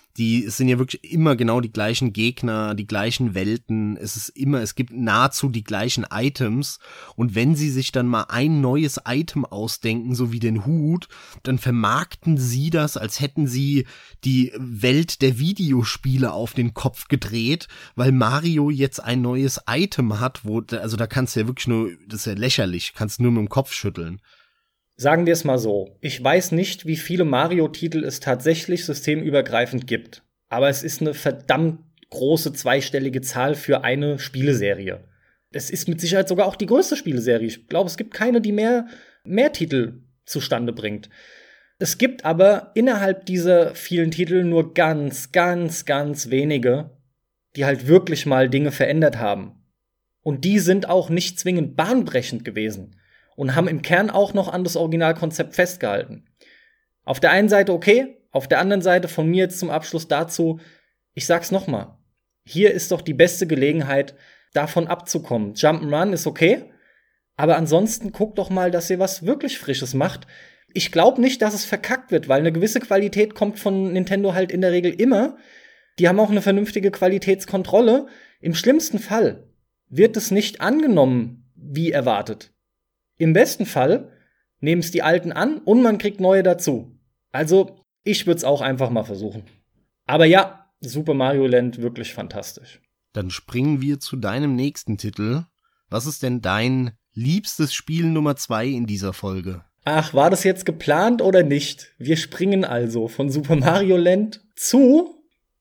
Es sind ja wirklich immer genau die gleichen Gegner, die gleichen Welten. Es gibt nahezu die gleichen Items. Und wenn sie sich dann mal ein neues Item ausdenken, so wie den Hut, dann vermarkten sie das, als hätten sie die Welt der Videospiele auf den Kopf gedreht, weil Mario jetzt ein neues Item hat, also da kannst du ja wirklich nur, das ist ja lächerlich, kannst nur mit dem Kopf schütteln. Sagen wir es mal so, ich weiß nicht, wie viele Mario-Titel es tatsächlich systemübergreifend gibt. Aber es ist eine verdammt große zweistellige Zahl für eine Spieleserie. Es ist mit Sicherheit sogar auch die größte Spieleserie. Ich glaube, es gibt keine, die mehr Titel zustande bringt. Es gibt aber innerhalb dieser vielen Titel nur ganz, ganz, ganz wenige, die halt wirklich mal Dinge verändert haben. Und die sind auch nicht zwingend bahnbrechend gewesen. Und haben im Kern auch noch an das Originalkonzept festgehalten. Auf der einen Seite okay, auf der anderen Seite von mir jetzt zum Abschluss dazu, ich sag's noch mal, hier ist doch die beste Gelegenheit, davon abzukommen. Jump'n'Run ist okay, aber ansonsten guckt doch mal, dass ihr was wirklich Frisches macht. Ich glaube nicht, dass es verkackt wird, weil eine gewisse Qualität kommt von Nintendo halt in der Regel immer. Die haben auch eine vernünftige Qualitätskontrolle. Im schlimmsten Fall wird es nicht angenommen, wie erwartet. Im besten Fall nehmen es die Alten an und man kriegt neue dazu. Also, ich würde es auch einfach mal versuchen. Aber ja, Super Mario Land wirklich fantastisch. Dann springen wir zu deinem nächsten Titel. Was ist denn dein liebstes Spiel Nummer 2 in dieser Folge? Ach, war das jetzt geplant oder nicht? Wir springen also von Super Mario Land zu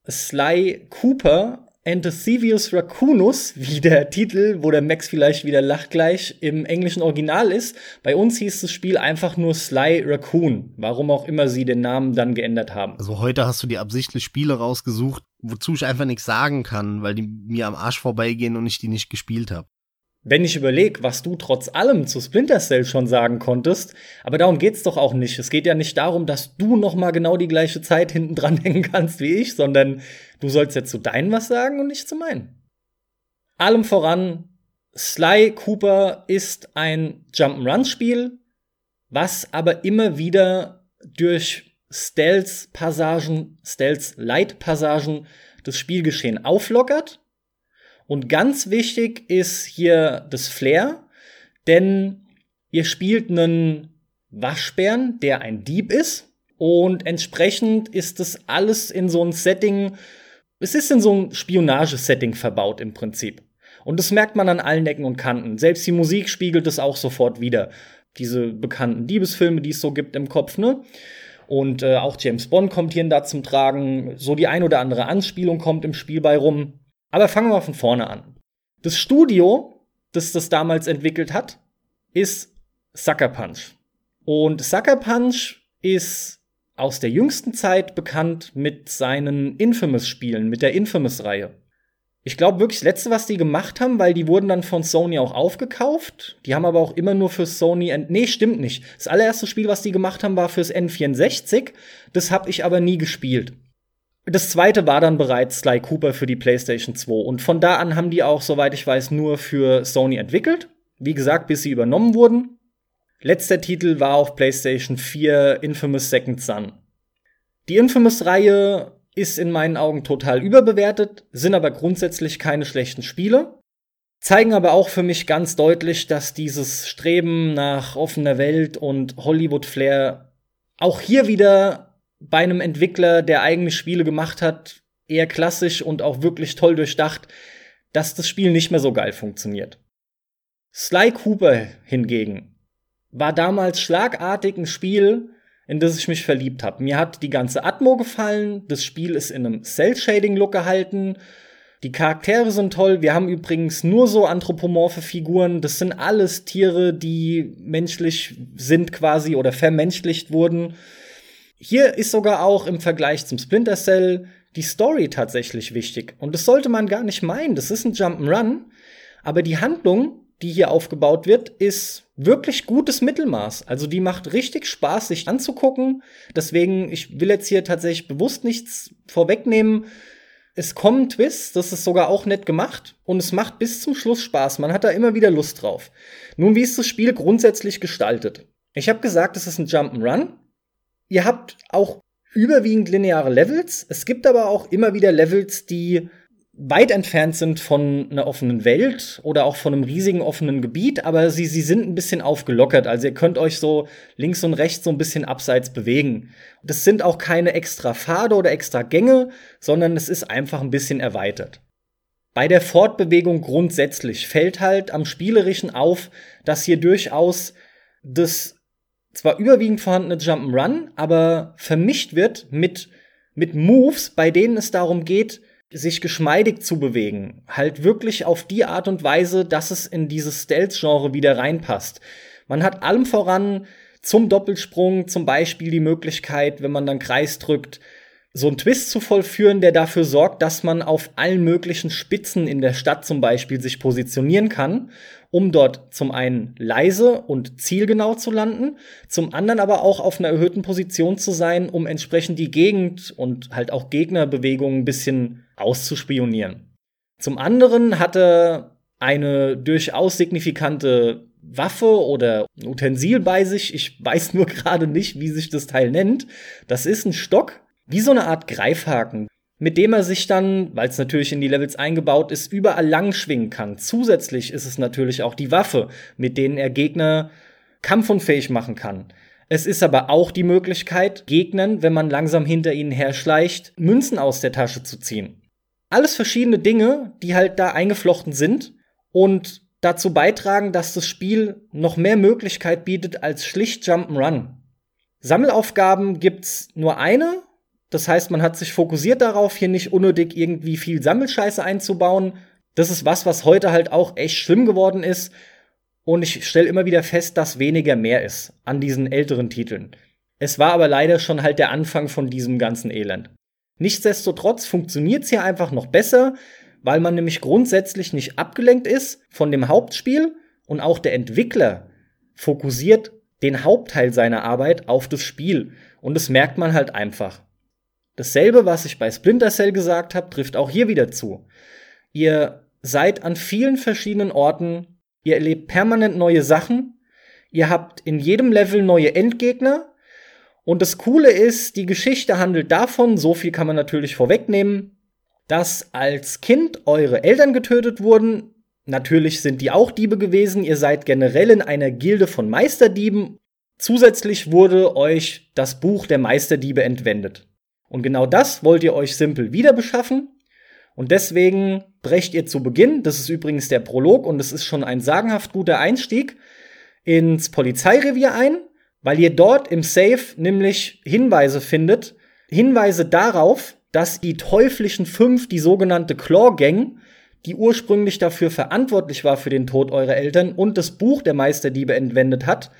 Sly Cooper and the Thievius Raccoonus, wie der Titel, wo der Max vielleicht wieder lacht gleich, im englischen Original ist. Bei uns hieß das Spiel einfach nur Sly Raccoon, warum auch immer sie den Namen dann geändert haben. Also heute hast du dir absichtlich Spiele rausgesucht, wozu ich einfach nichts sagen kann, weil die mir am Arsch vorbeigehen und ich die nicht gespielt habe. Wenn ich überlege, was du trotz allem zu Splinter Cell schon sagen konntest, aber darum geht's doch auch nicht. Es geht ja nicht darum, dass du noch mal genau die gleiche Zeit hinten dran hängen kannst wie ich, sondern du sollst ja zu deinen was sagen und nicht zu meinen. Allem voran, Sly Cooper ist ein Jump'n'Run-Spiel, was aber immer wieder durch Stealth-Passagen, Stealth-Light-Passagen das Spielgeschehen auflockert. Und ganz wichtig ist hier das Flair, denn ihr spielt einen Waschbären, der ein Dieb ist. Und entsprechend ist das alles in so ein Setting, es ist in so ein Spionagesetting verbaut im Prinzip. Und das merkt man an allen Ecken und Kanten. Selbst die Musik spiegelt es auch sofort wider. Diese bekannten Diebesfilme, die es so gibt im Kopf, ne? Und auch James Bond kommt hier und da zum Tragen. So die ein oder andere Anspielung kommt im Spiel bei rum. Aber fangen wir mal von vorne an. Das Studio, das das damals entwickelt hat, ist Sucker Punch. Und Sucker Punch ist aus der jüngsten Zeit bekannt mit seinen Infamous-Spielen, mit der Infamous-Reihe. Ich glaube wirklich das Letzte, was die gemacht haben, weil die wurden dann von Sony auch aufgekauft. Die haben aber auch immer nur für Sony nee, stimmt nicht. Das allererste Spiel, was die gemacht haben, war fürs N64. Das habe ich aber nie gespielt. Das zweite war dann bereits Sly Cooper für die PlayStation 2. Und von da an haben die auch, soweit ich weiß, nur für Sony entwickelt. Wie gesagt, bis sie übernommen wurden. Letzter Titel war auf PlayStation 4 Infamous Second Son. Die Infamous-Reihe ist in meinen Augen total überbewertet, sind aber grundsätzlich keine schlechten Spiele. Zeigen aber auch für mich ganz deutlich, dass dieses Streben nach offener Welt und Hollywood-Flair auch hier wieder bei einem Entwickler, der eigene Spiele gemacht hat, eher klassisch und auch wirklich toll durchdacht, dass das Spiel nicht mehr so geil funktioniert. Sly Cooper hingegen war damals schlagartig ein Spiel, in das ich mich verliebt habe. Mir hat die ganze Atmo gefallen, das Spiel ist in einem Cell-Shading-Look gehalten, die Charaktere sind toll, wir haben übrigens nur so anthropomorphe Figuren, das sind alles Tiere, die menschlich sind quasi oder vermenschlicht wurden. Hier ist sogar auch im Vergleich zum Splinter Cell die Story tatsächlich wichtig. Und das sollte man gar nicht meinen, das ist ein Jump'n'Run, aber die Handlung, die hier aufgebaut wird, ist wirklich gutes Mittelmaß. Also die macht richtig Spaß, sich anzugucken. Deswegen, ich will jetzt hier tatsächlich bewusst nichts vorwegnehmen. Es kommen Twists, das ist sogar auch nett gemacht. Und es macht bis zum Schluss Spaß. Man hat da immer wieder Lust drauf. Nun, wie ist das Spiel grundsätzlich gestaltet? Ich habe gesagt, es ist ein Jump'n'Run. Ihr habt auch überwiegend lineare Levels. Es gibt aber auch immer wieder Levels, die weit entfernt sind von einer offenen Welt oder auch von einem riesigen offenen Gebiet, aber sie sind ein bisschen aufgelockert. Also ihr könnt euch so links und rechts so ein bisschen abseits bewegen. Das sind auch keine extra Pfade oder extra Gänge, sondern es ist einfach ein bisschen erweitert. Bei der Fortbewegung grundsätzlich fällt halt am Spielerischen auf, dass hier durchaus das zwar überwiegend vorhandene Jump'n'Run, aber vermischt wird mit Moves, bei denen es darum geht, sich geschmeidig zu bewegen. Halt wirklich auf die Art und Weise, dass es in dieses Stealth-Genre wieder reinpasst. Man hat allem voran zum Doppelsprung zum Beispiel die Möglichkeit, wenn man dann Kreis drückt, so einen Twist zu vollführen, der dafür sorgt, dass man auf allen möglichen Spitzen in der Stadt zum Beispiel sich positionieren kann, um dort zum einen leise und zielgenau zu landen, zum anderen aber auch auf einer erhöhten Position zu sein, um entsprechend die Gegend und halt auch Gegnerbewegungen ein bisschen auszuspionieren. Zum anderen hat er eine durchaus signifikante Waffe oder ein Utensil bei sich. Ich weiß nur gerade nicht, wie sich das Teil nennt. Das ist ein Stock, wie so eine Art Greifhaken, mit dem er sich dann, weil es natürlich in die Levels eingebaut ist, überall lang schwingen kann. Zusätzlich ist es natürlich auch die Waffe, mit denen er Gegner kampfunfähig machen kann. Es ist aber auch die Möglichkeit, Gegnern, wenn man langsam hinter ihnen herschleicht, Münzen aus der Tasche zu ziehen. Alles verschiedene Dinge, die halt da eingeflochten sind und dazu beitragen, dass das Spiel noch mehr Möglichkeit bietet als schlicht Jump'n'Run. Sammelaufgaben gibt's nur eine. Das heißt, man hat sich fokussiert darauf, hier nicht unnötig irgendwie viel Sammelscheiße einzubauen. Das ist was heute halt auch echt schlimm geworden ist. Und ich stelle immer wieder fest, dass weniger mehr ist an diesen älteren Titeln. Es war aber leider schon halt der Anfang von diesem ganzen Elend. Nichtsdestotrotz funktioniert's hier einfach noch besser, weil man nämlich grundsätzlich nicht abgelenkt ist von dem Hauptspiel und auch der Entwickler fokussiert den Hauptteil seiner Arbeit auf das Spiel. Und das merkt man halt einfach. Dasselbe, was ich bei Splinter Cell gesagt habe, trifft auch hier wieder zu. Ihr seid an vielen verschiedenen Orten, ihr erlebt permanent neue Sachen, ihr habt in jedem Level neue Endgegner. Und das Coole ist, die Geschichte handelt davon, so viel kann man natürlich vorwegnehmen, dass als Kind eure Eltern getötet wurden. Natürlich sind die auch Diebe gewesen. Ihr seid generell in einer Gilde von Meisterdieben. Zusätzlich wurde euch das Buch der Meisterdiebe entwendet. Und genau das wollt ihr euch simpel wieder beschaffen. Und deswegen brecht ihr zu Beginn, das ist übrigens der Prolog und es ist schon ein sagenhaft guter Einstieg, ins Polizeirevier ein, weil ihr dort im Safe nämlich Hinweise findet. Hinweise darauf, dass die teuflischen 5, die sogenannte Claw Gang, die ursprünglich dafür verantwortlich war für den Tod eurer Eltern und das Buch der Meisterdiebe entwendet hat,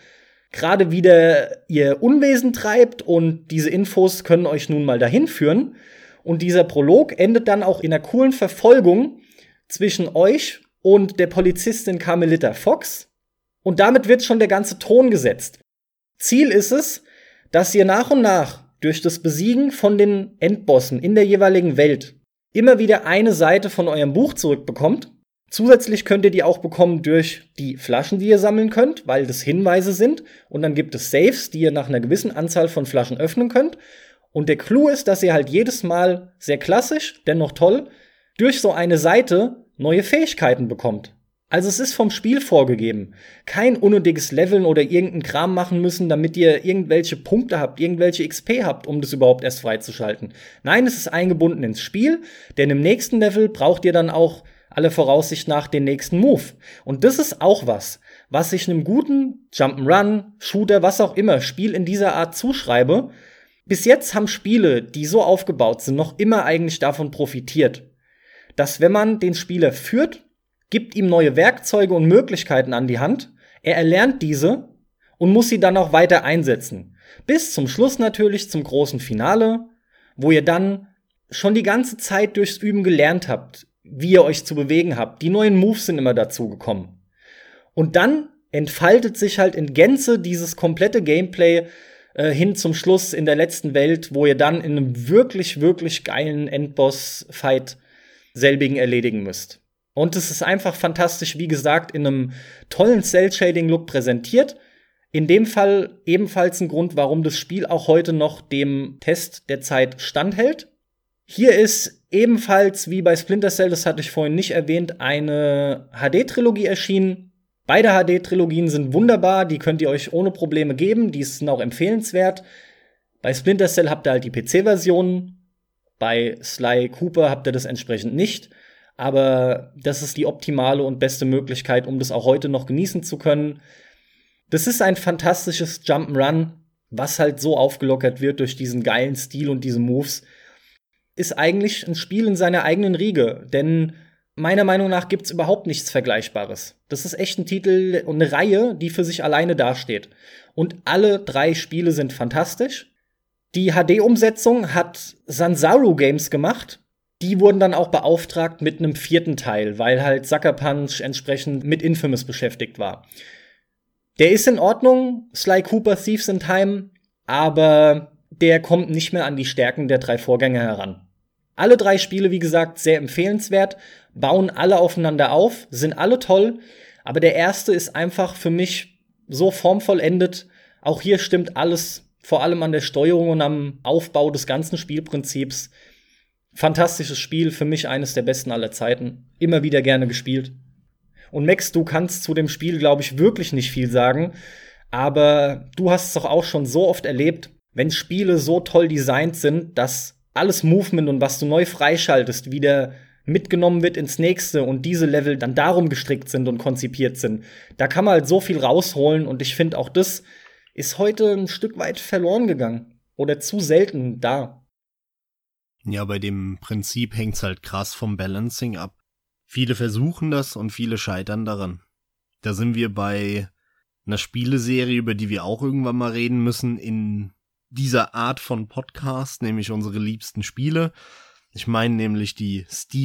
gerade wieder ihr Unwesen treibt und diese Infos können euch nun mal dahin führen. Und dieser Prolog endet dann auch in einer coolen Verfolgung zwischen euch und der Polizistin Carmelita Fox. Und damit wird schon der ganze Ton gesetzt. Ziel ist es, dass ihr nach und nach durch das Besiegen von den Endbossen in der jeweiligen Welt immer wieder eine Seite von eurem Buch zurückbekommt. Zusätzlich könnt ihr die auch bekommen durch die Flaschen, die ihr sammeln könnt, weil das Hinweise sind. Und dann gibt es Safes, die ihr nach einer gewissen Anzahl von Flaschen öffnen könnt. Und der Clou ist, dass ihr halt jedes Mal sehr klassisch, dennoch toll, durch so eine Seite neue Fähigkeiten bekommt. Also es ist vom Spiel vorgegeben. Kein unnötiges Leveln oder irgendeinen Kram machen müssen, damit ihr irgendwelche Punkte habt, irgendwelche XP habt, um das überhaupt erst freizuschalten. Nein, es ist eingebunden ins Spiel, denn im nächsten Level braucht ihr dann auch aller Voraussicht nach den nächsten Move. Und das ist auch was ich einem guten Jump'n'Run, Shooter, was auch immer, Spiel in dieser Art zuschreibe. Bis jetzt haben Spiele, die so aufgebaut sind, noch immer eigentlich davon profitiert, dass wenn man den Spieler führt, gibt ihm neue Werkzeuge und Möglichkeiten an die Hand, er erlernt diese und muss sie dann auch weiter einsetzen. Bis zum Schluss natürlich, zum großen Finale, wo ihr dann schon die ganze Zeit durchs Üben gelernt habt, wie ihr euch zu bewegen habt. Die neuen Moves sind immer dazu gekommen. Und dann entfaltet sich halt in Gänze dieses komplette Gameplay hin zum Schluss in der letzten Welt, wo ihr dann in einem wirklich, wirklich geilen Endboss-Fight selbigen erledigen müsst. Und es ist einfach fantastisch, wie gesagt, in einem tollen Cell-Shading-Look präsentiert. In dem Fall ebenfalls ein Grund, warum das Spiel auch heute noch dem Test der Zeit standhält. Hier ist ebenfalls, wie bei Splinter Cell, das hatte ich vorhin nicht erwähnt, eine HD-Trilogie erschienen. Beide HD-Trilogien sind wunderbar, die könnt ihr euch ohne Probleme geben, die sind auch empfehlenswert. Bei Splinter Cell habt ihr halt die PC-Version, bei Sly Cooper habt ihr das entsprechend nicht. Aber das ist die optimale und beste Möglichkeit, um das auch heute noch genießen zu können. Das ist ein fantastisches Jump'n'Run, was halt so aufgelockert wird durch diesen geilen Stil und diese Moves. Ist eigentlich ein Spiel in seiner eigenen Riege, denn meiner Meinung nach gibt's überhaupt nichts Vergleichbares. Das ist echt ein Titel und eine Reihe, die für sich alleine dasteht. Und alle 3 Spiele sind fantastisch. Die HD-Umsetzung hat Sanzaru Games gemacht. Die wurden dann auch beauftragt mit einem 4. Teil, weil halt Sucker Punch entsprechend mit Infamous beschäftigt war. Der ist in Ordnung, Sly Cooper Thieves in Time, aber der kommt nicht mehr an die Stärken der 3 Vorgänger heran. Alle 3 Spiele, wie gesagt, sehr empfehlenswert, bauen alle aufeinander auf, sind alle toll, aber der erste ist einfach für mich so formvollendet. Auch hier stimmt alles, vor allem an der Steuerung und am Aufbau des ganzen Spielprinzips. Fantastisches Spiel, für mich eines der besten aller Zeiten. Immer wieder gerne gespielt. Und Max, du kannst zu dem Spiel, glaube ich, wirklich nicht viel sagen. Aber du hast es doch auch schon so oft erlebt, wenn Spiele so toll designt sind, dass alles Movement und was du neu freischaltest, wieder mitgenommen wird ins nächste und diese Level dann darum gestrickt sind und konzipiert sind. Da kann man halt so viel rausholen und ich finde auch das ist heute ein Stück weit verloren gegangen. Oder zu selten da. Ja, bei dem Prinzip hängt's halt krass vom Balancing ab. Viele versuchen das und viele scheitern daran. Da sind wir bei einer Spieleserie, über die wir auch irgendwann mal reden müssen, in dieser Art von Podcast, nämlich unsere liebsten Spiele. Ich meine nämlich die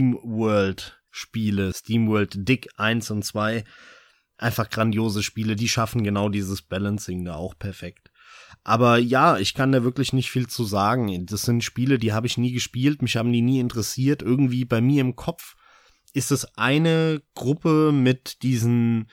SteamWorld-Spiele, SteamWorld Dig 1 und 2. Einfach grandiose Spiele, die schaffen genau dieses Balancing da auch perfekt. Aber ja, ich kann da wirklich nicht viel zu sagen. Das sind Spiele, die habe ich nie gespielt, mich haben die nie interessiert. Irgendwie bei mir im Kopf ist es eine Gruppe mit diesen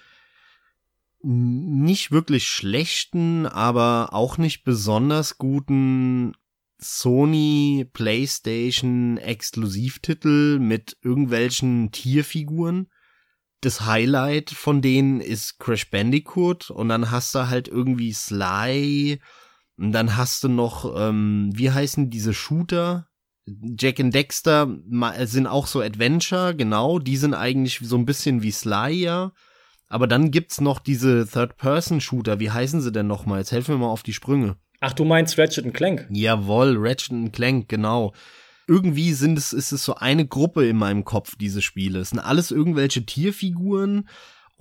nicht wirklich schlechten, aber auch nicht besonders guten Sony PlayStation Exklusivtitel mit irgendwelchen Tierfiguren. Das Highlight von denen ist Crash Bandicoot und dann hast du halt irgendwie Sly und dann hast du noch, wie heißen diese Shooter? Jak and Dexter sind auch so Adventure, genau, die sind eigentlich so ein bisschen wie Sly, ja. Aber dann gibt's noch diese Third-Person-Shooter, wie heißen sie denn nochmal? Jetzt helfen wir mal auf die Sprünge. Ach, du meinst Ratchet & Clank? Jawohl, Ratchet & Clank, genau. Irgendwie ist es so eine Gruppe in meinem Kopf, diese Spiele. Es sind alles irgendwelche Tierfiguren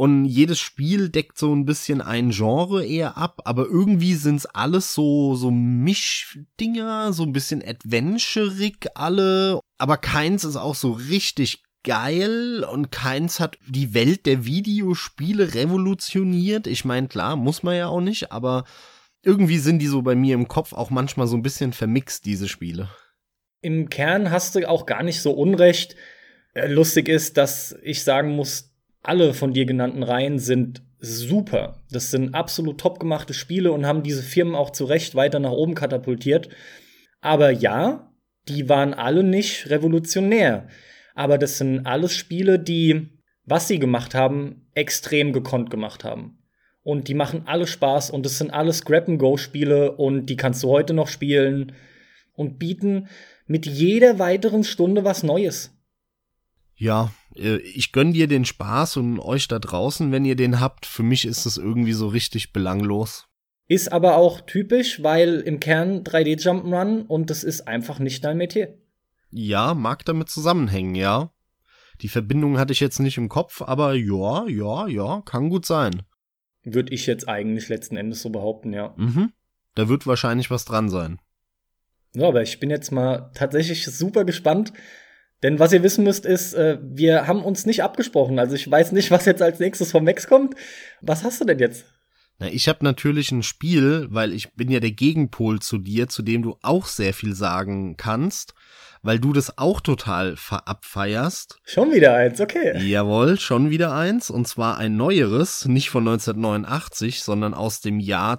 Und jedes Spiel deckt so ein bisschen ein Genre eher ab, aber irgendwie sind's alles so Mischdinger, so ein bisschen adventurig alle, aber keins ist auch so richtig geil und keins hat die Welt der Videospiele revolutioniert. Ich meine, klar, muss man ja auch nicht, aber irgendwie sind die so bei mir im Kopf auch manchmal so ein bisschen vermixt, diese Spiele. Im Kern hast du auch gar nicht so Unrecht. Lustig ist, dass ich sagen muss, alle von dir genannten Reihen sind super. Das sind absolut top gemachte Spiele und haben diese Firmen auch zu Recht weiter nach oben katapultiert. Aber ja, die waren alle nicht revolutionär. Aber das sind alles Spiele, die, was sie gemacht haben, extrem gekonnt gemacht haben. Und die machen alle Spaß und das sind alles Grab-and-Go-Spiele und die kannst du heute noch spielen und bieten mit jeder weiteren Stunde was Neues. Ja, ich gönn dir den Spaß und euch da draußen, wenn ihr den habt. Für mich ist es irgendwie so richtig belanglos. Ist aber auch typisch, weil im Kern 3D-Jump'n'Run und das ist einfach nicht dein Metier. Ja, mag damit zusammenhängen, ja. Die Verbindung hatte ich jetzt nicht im Kopf, aber ja, kann gut sein. Würde ich jetzt eigentlich letzten Endes so behaupten, ja. Da wird wahrscheinlich was dran sein. Ja, aber ich bin jetzt mal tatsächlich super gespannt. Denn was ihr wissen müsst ist, wir haben uns nicht abgesprochen. Also ich weiß nicht, was jetzt als nächstes vom Max kommt. Was hast du denn jetzt? Na, ich habe natürlich ein Spiel, weil ich bin ja der Gegenpol zu dir, zu dem du auch sehr viel sagen kannst, weil du das auch total abfeierst. Schon wieder eins, okay. Jawohl, schon wieder eins. Und zwar ein neueres, nicht von 1989, sondern aus dem Jahr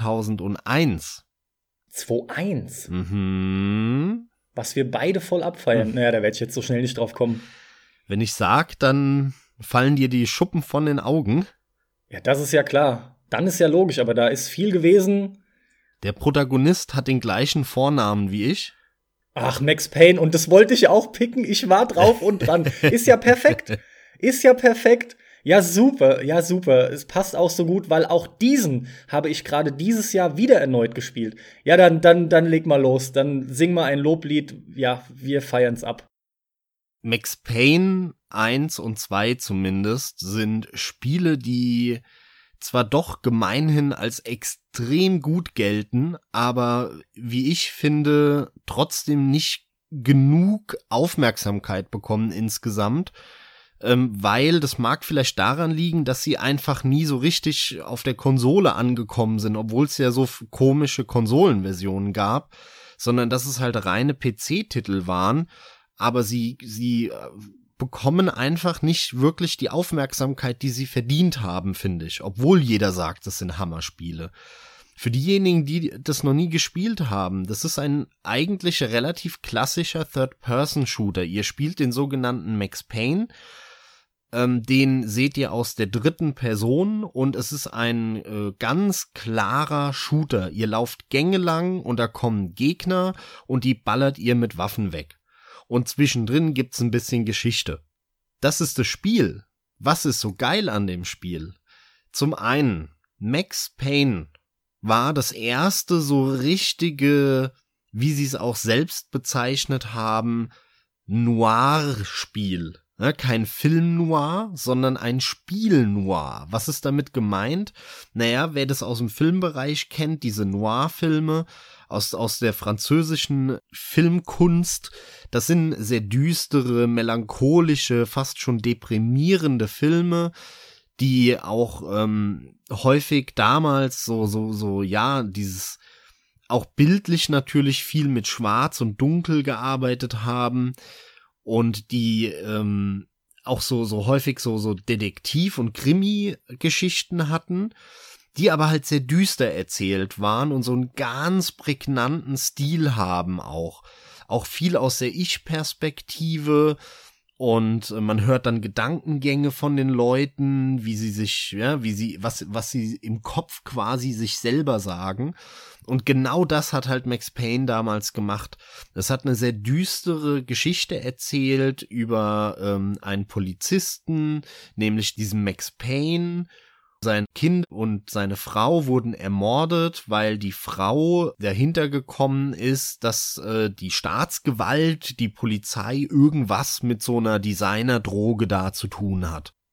2001. 2-1? Mhm. Was wir beide voll abfeiern. Naja, da werde ich jetzt so schnell nicht drauf kommen. Wenn ich sag, dann fallen dir die Schuppen von den Augen. Ja, das ist ja klar. Dann ist ja logisch, aber da ist viel gewesen. Der Protagonist hat den gleichen Vornamen wie ich. Ach, Max Payne. Und das wollte ich auch picken. Ich war drauf und dran. Ist ja perfekt. Ist ja perfekt. Ja, super. Ja, super. Es passt auch so gut, weil auch diesen habe ich gerade dieses Jahr wieder erneut gespielt. Ja, dann leg mal los. Dann sing mal ein Loblied. Ja, wir feiern's ab. Max Payne 1 und 2 zumindest sind Spiele, die zwar doch gemeinhin als extrem gut gelten, aber wie ich finde, trotzdem nicht genug Aufmerksamkeit bekommen insgesamt. Weil das mag vielleicht daran liegen, dass sie einfach nie so richtig auf der Konsole angekommen sind, obwohl es ja so komische Konsolenversionen gab, sondern dass es halt reine PC-Titel waren, aber sie bekommen einfach nicht wirklich die Aufmerksamkeit, die sie verdient haben, finde ich, obwohl jeder sagt, das sind Hammerspiele. Für diejenigen, die das noch nie gespielt haben, das ist ein eigentlich relativ klassischer Third-Person-Shooter. Ihr spielt den sogenannten Max Payne. Den seht ihr aus der dritten Person und es ist ein ganz klarer Shooter. Ihr lauft Gänge lang und da kommen Gegner und die ballert ihr mit Waffen weg. Und zwischendrin gibt's ein bisschen Geschichte. Das ist das Spiel. Was ist so geil an dem Spiel? Zum einen, Max Payne war das erste so richtige, wie sie es auch selbst bezeichnet haben, Noir-Spiel. Ja, kein Film Noir, sondern ein Spiel Noir. Was ist damit gemeint? Naja, wer das aus dem Filmbereich kennt, diese Noir-Filme aus der französischen Filmkunst, das sind sehr düstere, melancholische, fast schon deprimierende Filme, die auch häufig damals ja, dieses auch bildlich natürlich viel mit Schwarz und Dunkel gearbeitet haben. Und die auch so häufig so Detektiv- und Krimi-Geschichten hatten, die aber halt sehr düster erzählt waren und so einen ganz prägnanten Stil haben auch. Auch viel aus der Ich-Perspektive und man hört dann Gedankengänge von den Leuten, wie sie sich, ja, was sie im Kopf quasi sich selber sagen. Und genau das hat halt Max Payne damals gemacht. Es hat eine sehr düstere Geschichte erzählt über einen Polizisten, nämlich diesen Max Payne. Sein Kind und seine Frau wurden ermordet, weil die Frau dahinter gekommen ist, dass die Staatsgewalt, die Polizei irgendwas mit so einer Designerdroge da zu tun hat.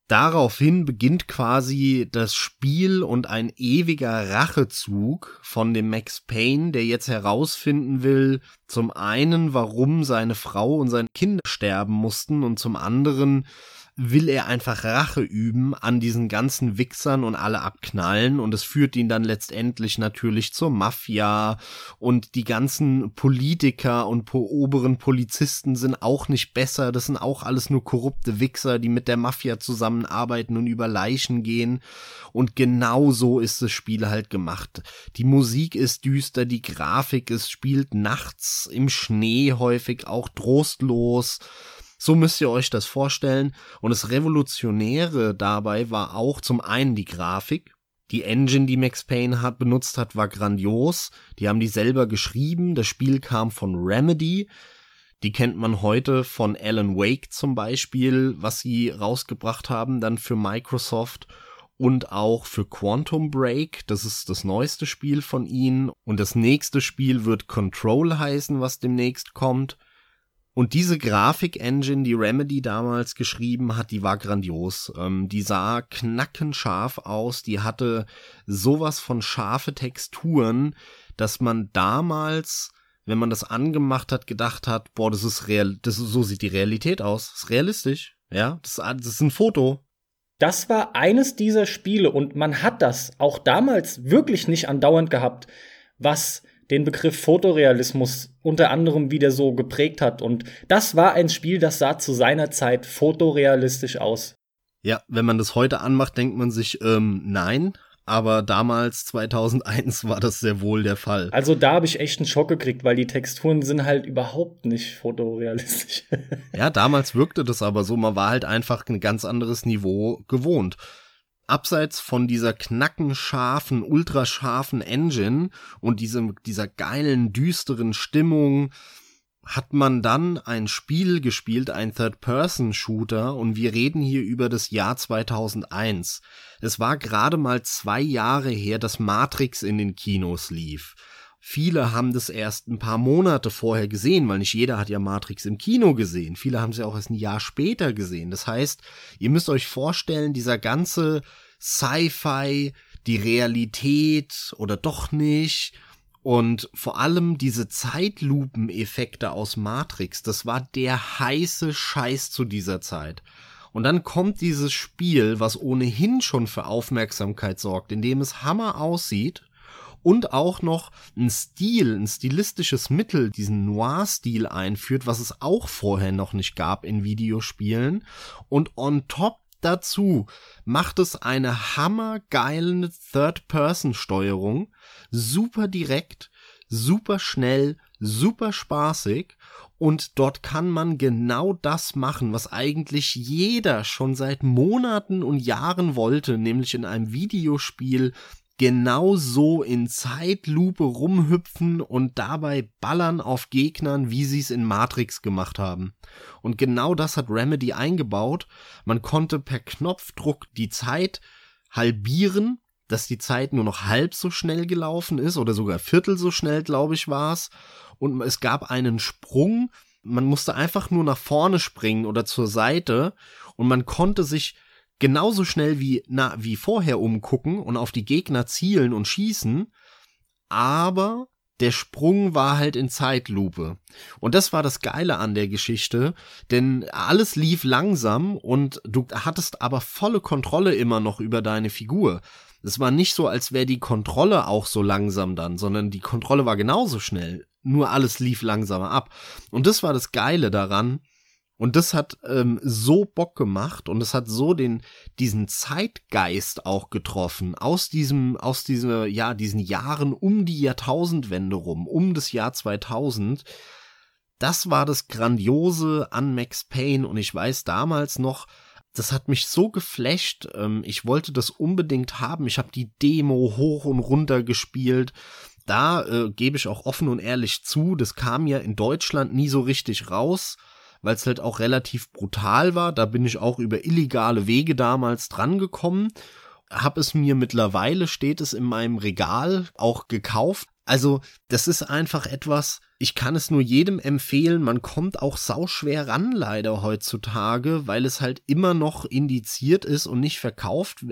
Daraufhin beginnt quasi das Spiel und ein ewiger Rachezug von dem Max Payne, der jetzt herausfinden will, zum einen, warum seine Frau und seine Kinder sterben mussten und zum anderen will er einfach Rache üben an diesen ganzen Wichsern und alle abknallen und es führt ihn dann letztendlich natürlich zur Mafia und die ganzen Politiker und oberen Polizisten sind auch nicht besser, das sind auch alles nur korrupte Wichser, die mit der Mafia zusammenarbeiten und über Leichen gehen und genau so ist das Spiel halt gemacht. Die Musik ist düster, die Grafik, es spielt nachts im Schnee häufig auch trostlos. So müsst ihr euch das vorstellen. Und das Revolutionäre dabei war auch zum einen die Grafik. Die Engine, die Max Payne benutzt hat, war grandios. Die haben die selber geschrieben. Das Spiel kam von Remedy. Die kennt man heute von Alan Wake zum Beispiel, was sie rausgebracht haben, dann für Microsoft. Und auch für Quantum Break. Das ist das neueste Spiel von ihnen. Und das nächste Spiel wird Control heißen, was demnächst kommt. Und diese Grafik-Engine, die Remedy damals geschrieben hat, die war grandios. Die sah knackenscharf aus, die hatte sowas von scharfe Texturen, dass man damals, wenn man das angemacht hat, gedacht hat, boah, das ist real, so sieht die Realität aus. Das ist realistisch, ja, das ist ein Foto. Das war eines dieser Spiele und man hat das auch damals wirklich nicht andauernd gehabt, was den Begriff Fotorealismus unter anderem wieder so geprägt hat. Und das war ein Spiel, das sah zu seiner Zeit fotorealistisch aus. Ja, wenn man das heute anmacht, denkt man sich, nein. Aber damals, 2001, war das sehr wohl der Fall. Also da habe ich echt einen Schock gekriegt, weil die Texturen sind halt überhaupt nicht fotorealistisch. Ja, damals wirkte das aber so. Man war halt einfach ein ganz anderes Niveau gewohnt. Abseits von dieser knackenscharfen, ultrascharfen Engine und dieser geilen, düsteren Stimmung hat man dann ein Spiel gespielt, ein Third-Person-Shooter und wir reden hier über das Jahr 2001. Es war gerade mal 2 Jahre her, dass Matrix in den Kinos lief. Viele haben das erst ein paar Monate vorher gesehen, weil nicht jeder hat ja Matrix im Kino gesehen. Viele haben es ja auch erst ein Jahr später gesehen. Das heißt, ihr müsst euch vorstellen, dieser ganze Sci-Fi, die Realität oder doch nicht und vor allem diese Zeitlupeneffekte aus Matrix, das war der heiße Scheiß zu dieser Zeit. Und dann kommt dieses Spiel, was ohnehin schon für Aufmerksamkeit sorgt, indem es Hammer aussieht, und auch noch ein stilistisches Mittel, diesen Noir-Stil einführt, was es auch vorher noch nicht gab in Videospielen. Und on top dazu macht es eine hammergeile Third-Person-Steuerung, super direkt, super schnell, super spaßig. Und dort kann man genau das machen, was eigentlich jeder schon seit Monaten und Jahren wollte, nämlich in einem Videospiel genau so in Zeitlupe rumhüpfen und dabei ballern auf Gegnern, wie sie es in Matrix gemacht haben. Und genau das hat Remedy eingebaut. Man konnte per Knopfdruck die Zeit halbieren, dass die Zeit nur noch halb so schnell gelaufen ist oder sogar viertel so schnell, glaube ich, war es. Und es gab einen Sprung. Man musste einfach nur nach vorne springen oder zur Seite und man konnte sich genauso schnell wie vorher umgucken und auf die Gegner zielen und schießen, aber der Sprung war halt in Zeitlupe. Und das war das Geile an der Geschichte, denn alles lief langsam und du hattest aber volle Kontrolle immer noch über deine Figur. Es war nicht so, als wäre die Kontrolle auch so langsam dann, sondern die Kontrolle war genauso schnell, nur alles lief langsamer ab. Und das war das Geile daran. Und das hat so Bock gemacht und es hat so diesen Zeitgeist auch getroffen aus diesen Jahren um die Jahrtausendwende rum, um das Jahr 2000. Das war das Grandiose an Max Payne und ich weiß damals noch, das hat mich so geflasht. Ich wollte das unbedingt haben. Ich habe die Demo hoch und runter gespielt. Da gebe ich auch offen und ehrlich zu, das kam ja in Deutschland nie so richtig raus, weil es halt auch relativ brutal war. Da bin ich auch über illegale Wege damals dran gekommen. Hab es mir mittlerweile, steht es in meinem Regal, auch gekauft. Also, das ist einfach etwas, ich kann es nur jedem empfehlen, man kommt auch sauschwer ran leider heutzutage, weil es halt immer noch indiziert ist und nicht verkauft,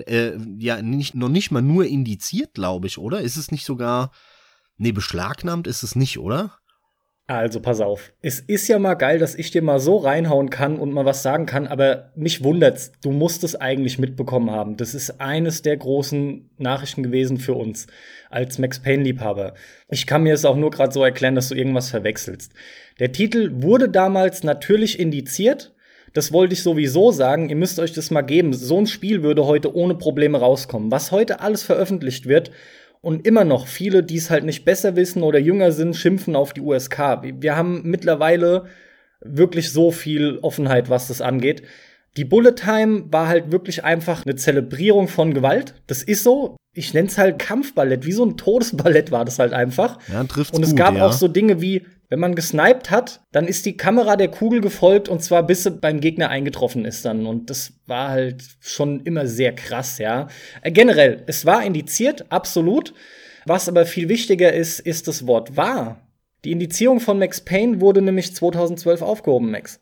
noch nicht mal nur indiziert, glaube ich, oder? Ist es nicht sogar, beschlagnahmt ist es nicht, oder? Also pass auf. Es ist ja mal geil, dass ich dir mal so reinhauen kann und mal was sagen kann, aber mich wundert's. Du musst es eigentlich mitbekommen haben. Das ist eines der großen Nachrichten gewesen für uns als Max Payne-Liebhaber. Ich kann mir es auch nur gerade so erklären, dass du irgendwas verwechselst. Der Titel wurde damals natürlich indiziert. Das wollte ich sowieso sagen. Ihr müsst euch das mal geben. So ein Spiel würde heute ohne Probleme rauskommen. Was heute alles veröffentlicht wird, und immer noch viele, die es halt nicht besser wissen oder jünger sind, schimpfen auf die USK. Wir haben mittlerweile wirklich so viel Offenheit, was das angeht. Die Bullet Time war halt wirklich einfach eine Zelebrierung von Gewalt. Das ist so. Ich nenn's halt Kampfballett. Wie so ein Todesballett war das halt einfach. Ja, trifft's und es gut, gab ja. auch so Dinge wie, wenn man gesniped hat, dann ist die Kamera der Kugel gefolgt und zwar bis sie beim Gegner eingetroffen ist dann. Und das war halt schon immer sehr krass, ja. Generell, es war indiziert, absolut. Was aber viel wichtiger ist, ist das Wort wahr. Die Indizierung von Max Payne wurde nämlich 2012 aufgehoben, Max.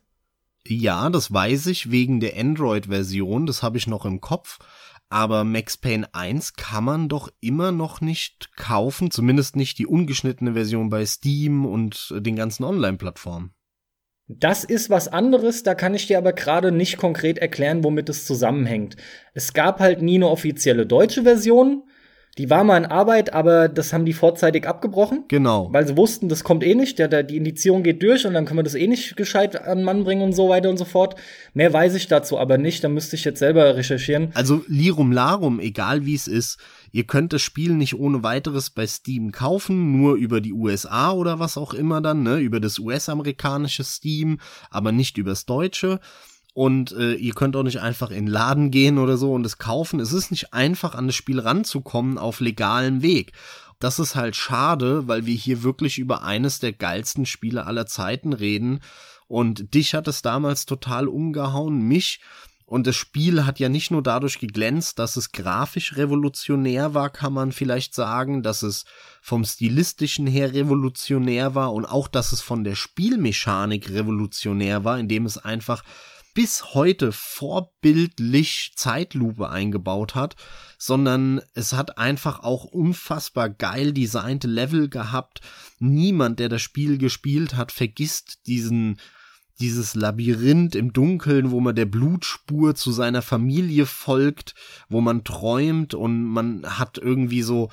Ja, das weiß ich wegen der Android-Version, das habe ich noch im Kopf. Aber Max Payne 1 kann man doch immer noch nicht kaufen, zumindest nicht die ungeschnittene Version bei Steam und den ganzen Online-Plattformen. Das ist was anderes, da kann ich dir aber gerade nicht konkret erklären, womit es zusammenhängt. Es gab halt nie eine offizielle deutsche Version. Die war mal in Arbeit, aber das haben die vorzeitig abgebrochen. Genau. Weil sie wussten, das kommt eh nicht. Die Indizierung geht durch und dann können wir das eh nicht gescheit an den Mann bringen und so weiter und so fort. Mehr weiß ich dazu aber nicht. Da müsste ich jetzt selber recherchieren. Also Lirum Larum, egal wie es ist, ihr könnt das Spiel nicht ohne weiteres bei Steam kaufen, nur über die USA oder was auch immer dann, ne, über das US-amerikanische Steam, aber nicht übers deutsche. Und ihr könnt auch nicht einfach in den Laden gehen oder so und es kaufen. Es ist nicht einfach, an das Spiel ranzukommen auf legalem Weg. Das ist halt schade, weil wir hier wirklich über eines der geilsten Spiele aller Zeiten reden. Und dich hat es damals total umgehauen, mich. Und das Spiel hat ja nicht nur dadurch geglänzt, dass es grafisch revolutionär war, kann man vielleicht sagen, dass es vom Stilistischen her revolutionär war und auch, dass es von der Spielmechanik revolutionär war, indem es einfach bis heute vorbildlich Zeitlupe eingebaut hat, sondern es hat einfach auch unfassbar geil designte Level gehabt. Niemand, der das Spiel gespielt hat, vergisst dieses Labyrinth im Dunkeln, wo man der Blutspur zu seiner Familie folgt, wo man träumt und man hat irgendwie so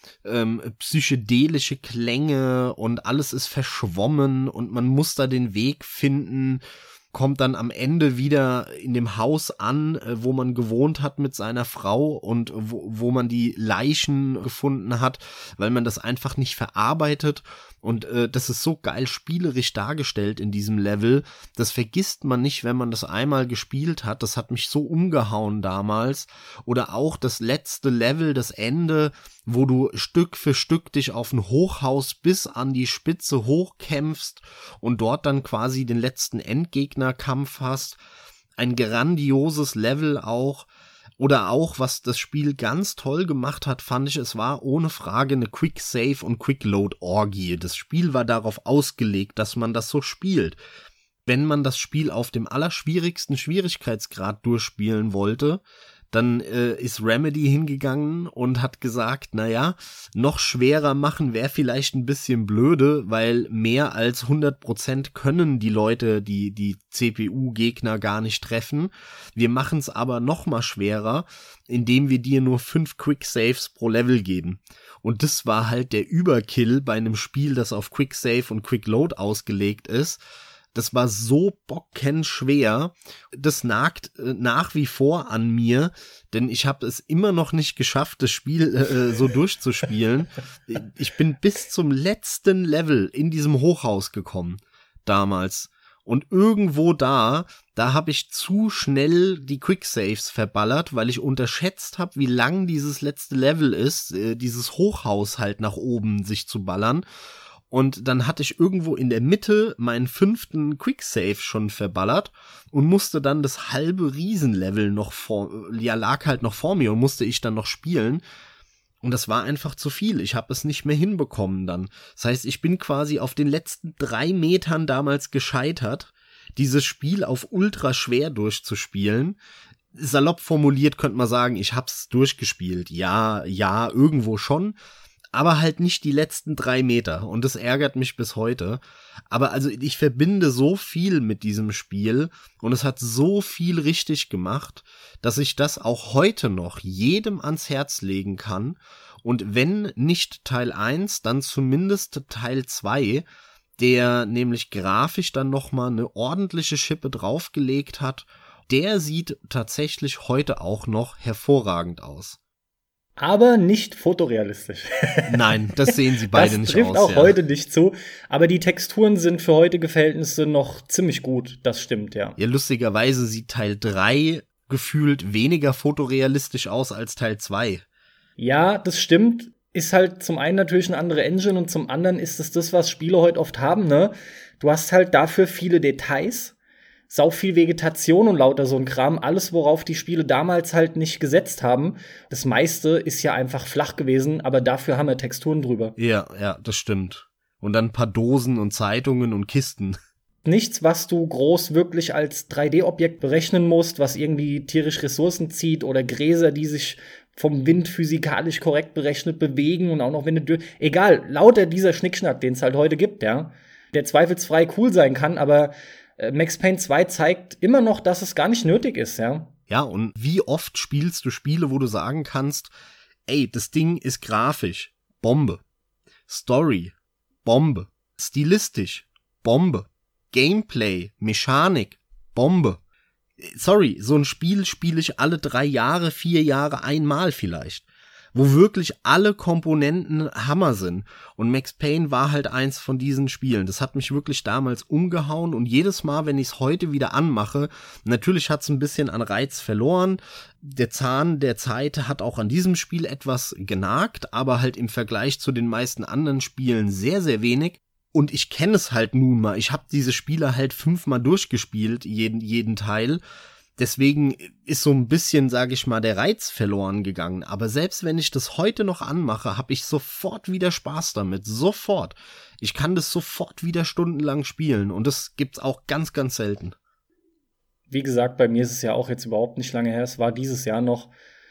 psychedelische Klänge und alles ist verschwommen und man muss da den Weg finden, kommt dann am Ende wieder in dem Haus an, wo man gewohnt hat mit seiner Frau und wo man die Leichen gefunden hat, weil man das einfach nicht verarbeitet. Und das ist so geil spielerisch dargestellt in diesem Level. Das vergisst man nicht, wenn man das einmal gespielt hat. Das hat mich so umgehauen damals. Oder auch das letzte Level, das Ende, wo du Stück für Stück dich auf ein Hochhaus bis an die Spitze hochkämpfst und dort dann quasi den letzten Endgegnerkampf hast. Ein grandioses Level auch. Oder auch, was das Spiel ganz toll gemacht hat, fand ich, es war ohne Frage eine Quick-Save- und Quick-Load-Orgie. Das Spiel war darauf ausgelegt, dass man das so spielt. Wenn man das Spiel auf dem allerschwierigsten Schwierigkeitsgrad durchspielen wollte, dann ist Remedy hingegangen und hat gesagt, naja, noch schwerer machen wäre vielleicht ein bisschen blöde, weil mehr als 100% können die Leute, die CPU-Gegner gar nicht treffen. Wir machen es aber noch mal schwerer, indem wir dir nur 5 Quick Saves pro Level geben. Und das war halt der Überkill bei einem Spiel, das auf Quick Save und Quick Load ausgelegt ist. Das war so bockenschwer. Das nagt nach wie vor an mir, denn ich habe es immer noch nicht geschafft, das Spiel so durchzuspielen. Ich bin bis zum letzten Level in diesem Hochhaus gekommen damals. Und irgendwo da habe ich zu schnell die Quicksaves verballert, weil ich unterschätzt habe, wie lang dieses letzte Level ist, dieses Hochhaus halt nach oben sich zu ballern. Und dann hatte ich irgendwo in der Mitte meinen 5. Quicksave schon verballert und musste dann das halbe Riesenlevel lag halt noch vor mir und musste ich dann noch spielen. Und das war einfach zu viel. Ich habe es nicht mehr hinbekommen dann. Das heißt, ich bin quasi auf den letzten 3 Metern damals gescheitert, dieses Spiel auf ultra schwer durchzuspielen. Salopp formuliert könnte man sagen, ich hab's durchgespielt. Ja, irgendwo schon. Aber halt nicht die letzten 3 Meter. Und das ärgert mich bis heute. Aber also ich verbinde so viel mit diesem Spiel und es hat so viel richtig gemacht, dass ich das auch heute noch jedem ans Herz legen kann. Und wenn nicht Teil 1, dann zumindest Teil 2, der nämlich grafisch dann nochmal eine ordentliche Schippe draufgelegt hat. Der sieht tatsächlich heute auch noch hervorragend aus. Aber nicht fotorealistisch. Nein, das sehen sie beide nicht aus. Das trifft auch heute nicht zu. Aber die Texturen sind für heutige Verhältnisse noch ziemlich gut. Das stimmt, ja. Ja, lustigerweise sieht Teil 3 gefühlt weniger fotorealistisch aus als Teil 2. Ja, das stimmt. Ist halt zum einen natürlich eine andere Engine und zum anderen ist es das, was Spiele heute oft haben, ne? Du hast halt dafür viele Details, sau viel Vegetation und lauter so ein Kram, alles, worauf die Spiele damals halt nicht gesetzt haben. Das meiste ist ja einfach flach gewesen, aber dafür haben wir Texturen drüber. Ja, das stimmt. Und dann ein paar Dosen und Zeitungen und Kisten. Nichts, was du groß wirklich als 3D-Objekt berechnen musst, was irgendwie tierisch Ressourcen zieht oder Gräser, die sich vom Wind physikalisch korrekt berechnet bewegen und auch noch wenn du egal, lauter dieser Schnickschnack, den es halt heute gibt, ja, der zweifelsfrei cool sein kann, aber Max Payne 2 zeigt immer noch, dass es gar nicht nötig ist, ja. Ja, und wie oft spielst du Spiele, wo du sagen kannst, ey, das Ding ist grafisch, Bombe. Story, Bombe. Stilistisch, Bombe. Gameplay, Mechanik, Bombe. Sorry, so ein Spiel spiele ich alle 3 Jahre, 4 Jahre einmal vielleicht. Wo wirklich alle Komponenten Hammer sind. Und Max Payne war halt eins von diesen Spielen. Das hat mich wirklich damals umgehauen und jedes Mal, wenn ich es heute wieder anmache, natürlich hat es ein bisschen an Reiz verloren. Der Zahn der Zeit hat auch an diesem Spiel etwas genagt, aber halt im Vergleich zu den meisten anderen Spielen sehr, sehr wenig. Und ich kenne es halt nun mal. Ich habe diese Spiele halt 5-mal durchgespielt, jeden Teil. Deswegen ist so ein bisschen, sage ich mal, der Reiz verloren gegangen. Aber selbst wenn ich das heute noch anmache, habe ich sofort wieder Spaß damit. Sofort. Ich kann das sofort wieder stundenlang spielen. Und das gibt's auch ganz, ganz selten. Wie gesagt, bei mir ist es ja auch jetzt überhaupt nicht lange her. Es war dieses Jahr noch.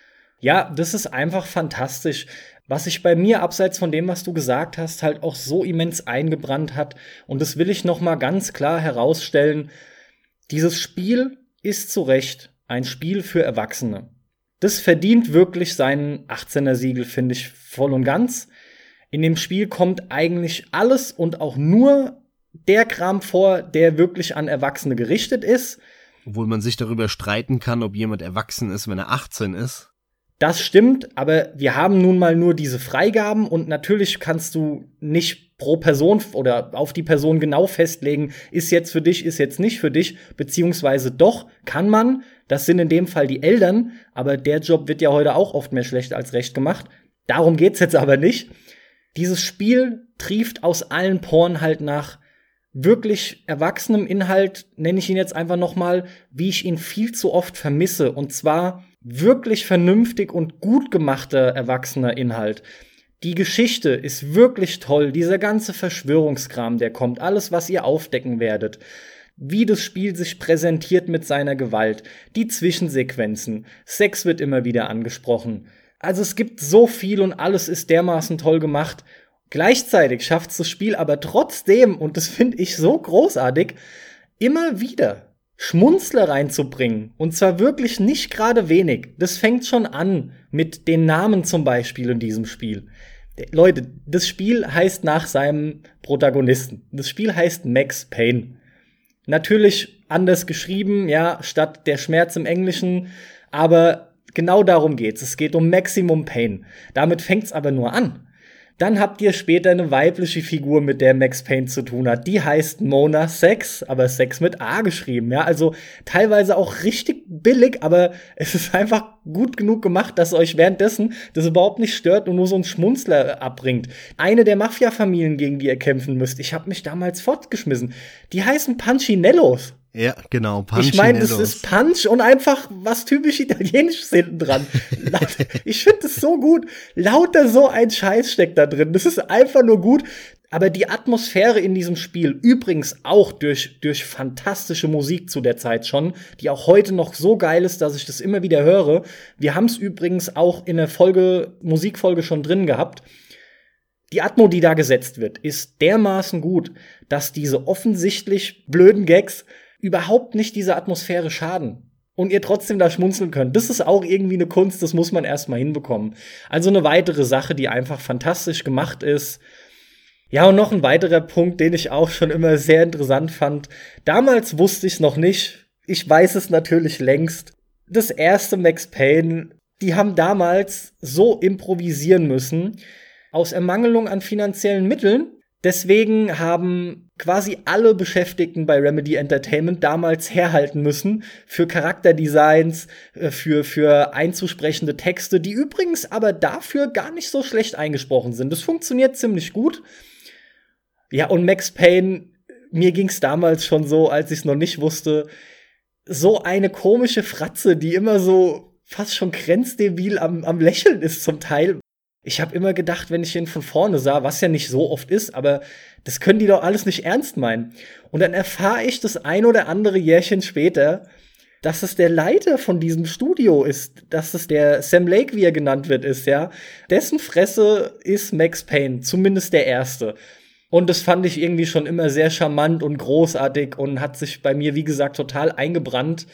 Ja, das ist einfach fantastisch. Was sich bei mir, abseits von dem, was du gesagt hast, halt auch so immens eingebrannt hat. Und das will ich noch mal ganz klar herausstellen. Dieses Spiel ist zu Recht ein Spiel für Erwachsene. Das verdient wirklich seinen 18er-Siegel, finde ich, voll und ganz. In dem Spiel kommt eigentlich alles und auch nur der Kram vor, der wirklich an Erwachsene gerichtet ist. Obwohl man sich darüber streiten kann, ob jemand erwachsen ist, wenn er 18 ist. Das stimmt, aber wir haben nun mal nur diese Freigaben und natürlich kannst du nicht pro Person oder auf die Person genau festlegen, ist jetzt für dich, ist jetzt nicht für dich, beziehungsweise doch, kann man, das sind in dem Fall die Eltern, aber der Job wird ja heute auch oft mehr schlecht als recht gemacht. Darum geht's jetzt aber nicht. Dieses Spiel trieft aus allen Poren halt nach wirklich erwachsenem Inhalt, nenne ich ihn jetzt einfach noch mal, wie ich ihn viel zu oft vermisse, und zwar wirklich vernünftig und gut gemachter erwachsener Inhalt. Die Geschichte ist wirklich toll, dieser ganze Verschwörungskram, der kommt, alles, was ihr aufdecken werdet, wie das Spiel sich präsentiert mit seiner Gewalt, die Zwischensequenzen, Sex wird immer wieder angesprochen. Also es gibt so viel und alles ist dermaßen toll gemacht. Gleichzeitig schafft es das Spiel aber trotzdem, und das finde ich so großartig, immer wieder Schmunzler reinzubringen. Und zwar wirklich nicht gerade wenig. Das fängt schon an mit den Namen zum Beispiel in diesem Spiel. Leute, das Spiel heißt nach seinem Protagonisten. Das Spiel heißt Max Payne. Natürlich anders geschrieben, ja, statt der Schmerz im Englischen. Aber genau darum geht's. Es geht um Maximum Pain. Damit fängt's aber nur an. Dann habt ihr später eine weibliche Figur, mit der Max Payne zu tun hat. Die heißt Mona Sex, aber Sex mit A geschrieben, ja. Also teilweise auch richtig billig, aber es ist einfach gut genug gemacht, dass euch währenddessen das überhaupt nicht stört und nur so ein Schmunzler abbringt. Eine der Mafia-Familien, gegen die ihr kämpfen müsst, ich habe mich damals fortgeschmissen. Die heißen Punchinellos. Ja, genau. Ich meine, es ist Punch und einfach was typisch Italienisches hinten dran. Ich finde es so gut. Lauter so ein Scheiß steckt da drin. Das ist einfach nur gut. Aber die Atmosphäre in diesem Spiel, übrigens auch durch fantastische Musik zu der Zeit schon, die auch heute noch so geil ist, dass ich das immer wieder höre. Wir haben es übrigens auch in der Musikfolge schon drin gehabt. Die Atmo, die da gesetzt wird, ist dermaßen gut, dass diese offensichtlich blöden Gags überhaupt nicht dieser Atmosphäre schaden. Und ihr trotzdem da schmunzeln könnt. Das ist auch irgendwie eine Kunst, das muss man erstmal hinbekommen. Also eine weitere Sache, die einfach fantastisch gemacht ist. Ja, und noch ein weiterer Punkt, den ich auch schon immer sehr interessant fand. Damals wusste ich es noch nicht. Ich weiß es natürlich längst. Das erste Max Payne, die haben damals so improvisieren müssen, aus Ermangelung an finanziellen Mitteln. Deswegen haben quasi alle Beschäftigten bei Remedy Entertainment damals herhalten müssen für Charakterdesigns, für einzusprechende Texte, die übrigens aber dafür gar nicht so schlecht eingesprochen sind. Das funktioniert ziemlich gut. Ja, und Max Payne, mir ging's damals schon so, als ich's noch nicht wusste, so eine komische Fratze, die immer so fast schon grenzdebil am Lächeln ist zum Teil. Ich habe immer gedacht, wenn ich ihn von vorne sah, was ja nicht so oft ist, aber das können die doch alles nicht ernst meinen. Und dann erfahre ich das ein oder andere Jährchen später, dass es der Leiter von diesem Studio ist, dass es der Sam Lake, wie er genannt wird, ist, ja. Dessen Fresse ist Max Payne, zumindest der erste. Und das fand ich irgendwie schon immer sehr charmant und großartig und hat sich bei mir, wie gesagt, total eingebrannt.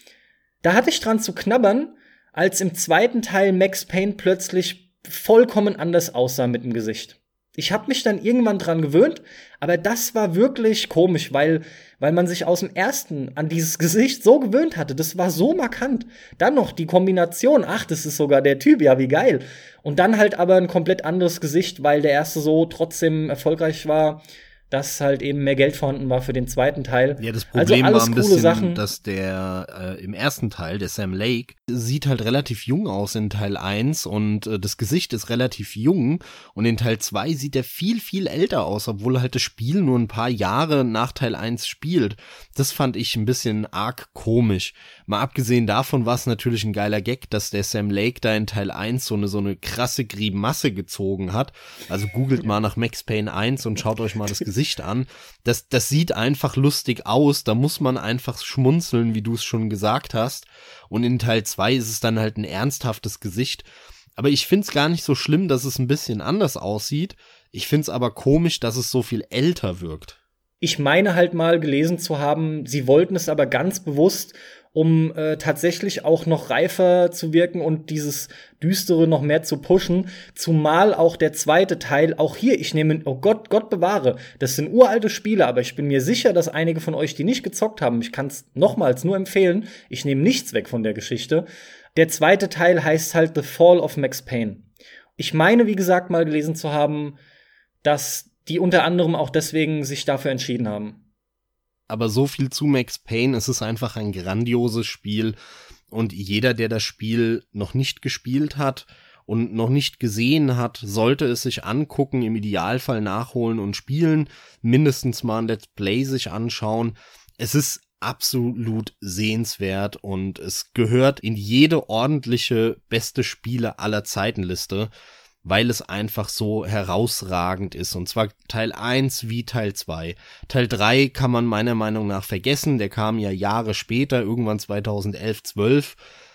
Da hatte ich dran zu knabbern, als im zweiten Teil Max Payne plötzlich vollkommen anders aussah mit dem Gesicht. Ich habe mich dann irgendwann dran gewöhnt, aber das war wirklich komisch, weil man sich aus dem ersten an dieses Gesicht so gewöhnt hatte. Das war so markant. Dann noch die Kombination, ach, das ist sogar der Typ, ja, wie geil. Und dann halt aber ein komplett anderes Gesicht, weil der erste so trotzdem erfolgreich war, dass halt eben mehr Geld vorhanden war für den zweiten Teil. Ja, das Problem also war ein bisschen, Sachen, dass der im ersten Teil, der Sam Lake, sieht halt relativ jung aus in Teil 1 und das Gesicht ist relativ jung und in Teil 2 sieht er viel, viel älter aus, obwohl halt das Spiel nur ein paar Jahre nach Teil 1 spielt. Das fand ich ein bisschen arg komisch. Mal abgesehen davon war es natürlich ein geiler Gag, dass der Sam Lake da in Teil 1 so eine krasse Grimasse gezogen hat. Also googelt mal nach Max Payne 1 und schaut euch mal das Gesicht an. Das sieht einfach lustig aus, da muss man einfach schmunzeln, wie du es schon gesagt hast. Und in Teil 2 ist es dann halt ein ernsthaftes Gesicht. Aber ich find's gar nicht so schlimm, dass es ein bisschen anders aussieht. Ich find's aber komisch, dass es so viel älter wirkt. Ich meine halt mal gelesen zu haben, sie wollten es aber ganz bewusst, um tatsächlich auch noch reifer zu wirken und dieses Düstere noch mehr zu pushen. Zumal auch der zweite Teil, auch hier, ich nehme, oh Gott, Gott bewahre, das sind uralte Spiele, aber ich bin mir sicher, dass einige von euch, die nicht gezockt haben, ich kann es nochmals nur empfehlen, ich nehme nichts weg von der Geschichte. Der zweite Teil heißt halt The Fall of Max Payne. Ich meine, wie gesagt, mal gelesen zu haben, dass die unter anderem auch deswegen sich dafür entschieden haben. Aber so viel zu Max Payne, es ist einfach ein grandioses Spiel und jeder, der das Spiel noch nicht gespielt hat und noch nicht gesehen hat, sollte es sich angucken, im Idealfall nachholen und spielen, mindestens mal ein Let's Play sich anschauen. Es ist absolut sehenswert und es gehört in jede ordentliche beste Spiele aller Zeitenliste, weil es einfach so herausragend ist. Und zwar Teil 1 wie Teil 2. Teil 3 kann man meiner Meinung nach vergessen. Der kam ja Jahre später, irgendwann 2011, 12.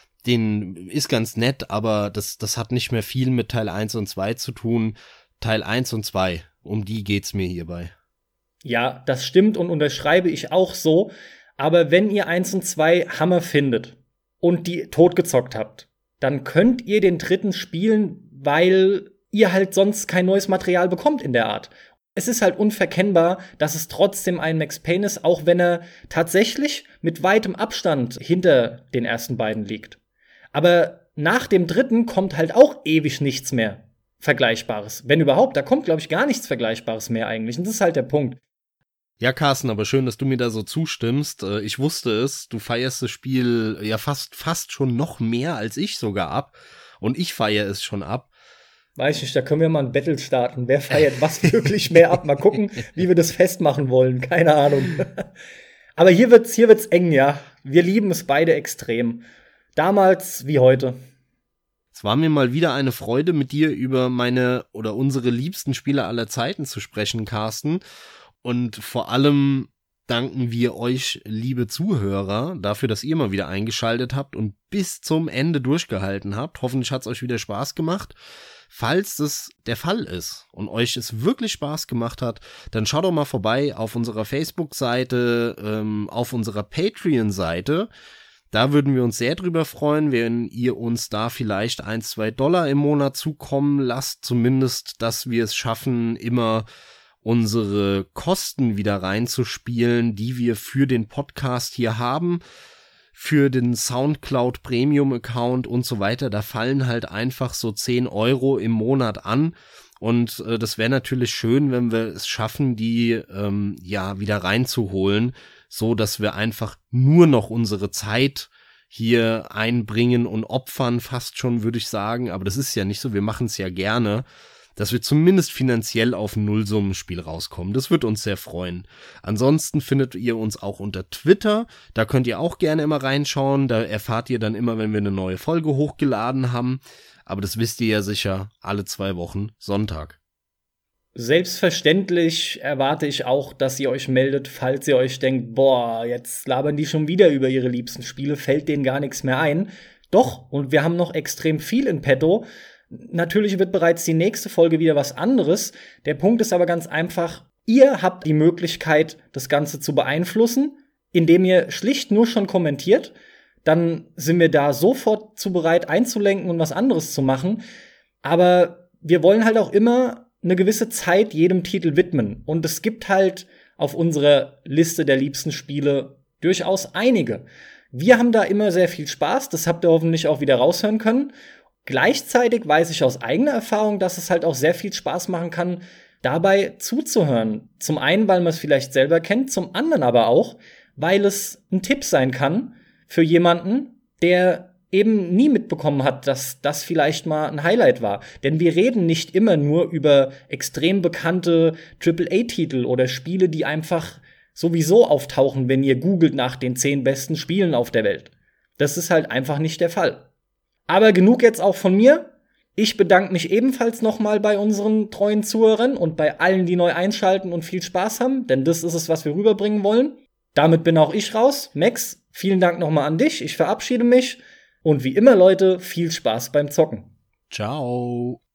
Den ist ganz nett, aber das hat nicht mehr viel mit Teil 1 und 2 zu tun. Teil 1 und 2, um die geht's mir hierbei. Ja, das stimmt und unterschreibe ich auch so. Aber wenn ihr 1 und 2 Hammer findet und die totgezockt habt, dann könnt ihr den dritten spielen, weil ihr halt sonst kein neues Material bekommt in der Art. Es ist halt unverkennbar, dass es trotzdem ein Max Payne ist, auch wenn er tatsächlich mit weitem Abstand hinter den ersten beiden liegt. Aber nach dem dritten kommt halt auch ewig nichts mehr Vergleichbares. Wenn überhaupt, da kommt, glaube ich, gar nichts Vergleichbares mehr eigentlich. Und das ist halt der Punkt. Ja, Carsten, aber schön, dass du mir da so zustimmst. Ich wusste es, du feierst das Spiel ja fast schon noch mehr als ich sogar ab. Und ich feiere es schon ab. Weiß nicht, da können wir mal ein Battle starten. Wer feiert was wirklich mehr ab? Mal gucken, wie wir das festmachen wollen. Keine Ahnung. Aber hier wird's eng, ja. Wir lieben es beide extrem. Damals wie heute. Es war mir mal wieder eine Freude, mit dir über meine oder unsere liebsten Spiele aller Zeiten zu sprechen, Carsten. Und vor allem danken wir euch, liebe Zuhörer, dafür, dass ihr mal wieder eingeschaltet habt und bis zum Ende durchgehalten habt. Hoffentlich hat es euch wieder Spaß gemacht. Falls das der Fall ist und euch es wirklich Spaß gemacht hat, dann schaut doch mal vorbei auf unserer Facebook-Seite, auf unserer Patreon-Seite. Da würden wir uns sehr drüber freuen, wenn ihr uns da vielleicht $1-2 im Monat zukommen lasst. Zumindest, dass wir es schaffen, immer unsere Kosten wieder reinzuspielen, die wir für den Podcast hier haben, für den Soundcloud Premium Account und so weiter. Da fallen halt einfach so 10 € im Monat an. Und das wäre natürlich schön, wenn wir es schaffen, die wieder reinzuholen, so dass wir einfach nur noch unsere Zeit hier einbringen und opfern, fast schon, würde ich sagen. Aber das ist ja nicht so, wir machen es ja gerne, dass wir zumindest finanziell auf ein Nullsummenspiel rauskommen. Das wird uns sehr freuen. Ansonsten findet ihr uns auch unter Twitter. Da könnt ihr auch gerne immer reinschauen. Da erfahrt ihr dann immer, wenn wir eine neue Folge hochgeladen haben. Aber das wisst ihr ja sicher, alle 2 Wochen Sonntag. Selbstverständlich erwarte ich auch, dass ihr euch meldet, falls ihr euch denkt, boah, jetzt labern die schon wieder über ihre liebsten Spiele, fällt denen gar nichts mehr ein. Doch, und wir haben noch extrem viel in petto. Natürlich wird bereits die nächste Folge wieder was anderes. Der Punkt ist aber ganz einfach, ihr habt die Möglichkeit, das Ganze zu beeinflussen, indem ihr schlicht nur schon kommentiert. Dann sind wir da sofort zu bereit einzulenken und was anderes zu machen. Aber wir wollen halt auch immer eine gewisse Zeit jedem Titel widmen. Und es gibt halt auf unserer Liste der liebsten Spiele durchaus einige. Wir haben da immer sehr viel Spaß, das habt ihr hoffentlich auch wieder raushören können. Gleichzeitig weiß ich aus eigener Erfahrung, dass es halt auch sehr viel Spaß machen kann, dabei zuzuhören. Zum einen, weil man es vielleicht selber kennt, zum anderen aber auch, weil es ein Tipp sein kann für jemanden, der eben nie mitbekommen hat, dass das vielleicht mal ein Highlight war. Denn wir reden nicht immer nur über extrem bekannte AAA-Titel oder Spiele, die einfach sowieso auftauchen, wenn ihr googelt nach den 10 besten Spielen auf der Welt. Das ist halt einfach nicht der Fall. Aber genug jetzt auch von mir. Ich bedanke mich ebenfalls nochmal bei unseren treuen Zuhörern und bei allen, die neu einschalten und viel Spaß haben, denn das ist es, was wir rüberbringen wollen. Damit bin auch ich raus. Max, vielen Dank nochmal an dich. Ich verabschiede mich. Und wie immer, Leute, viel Spaß beim Zocken. Ciao.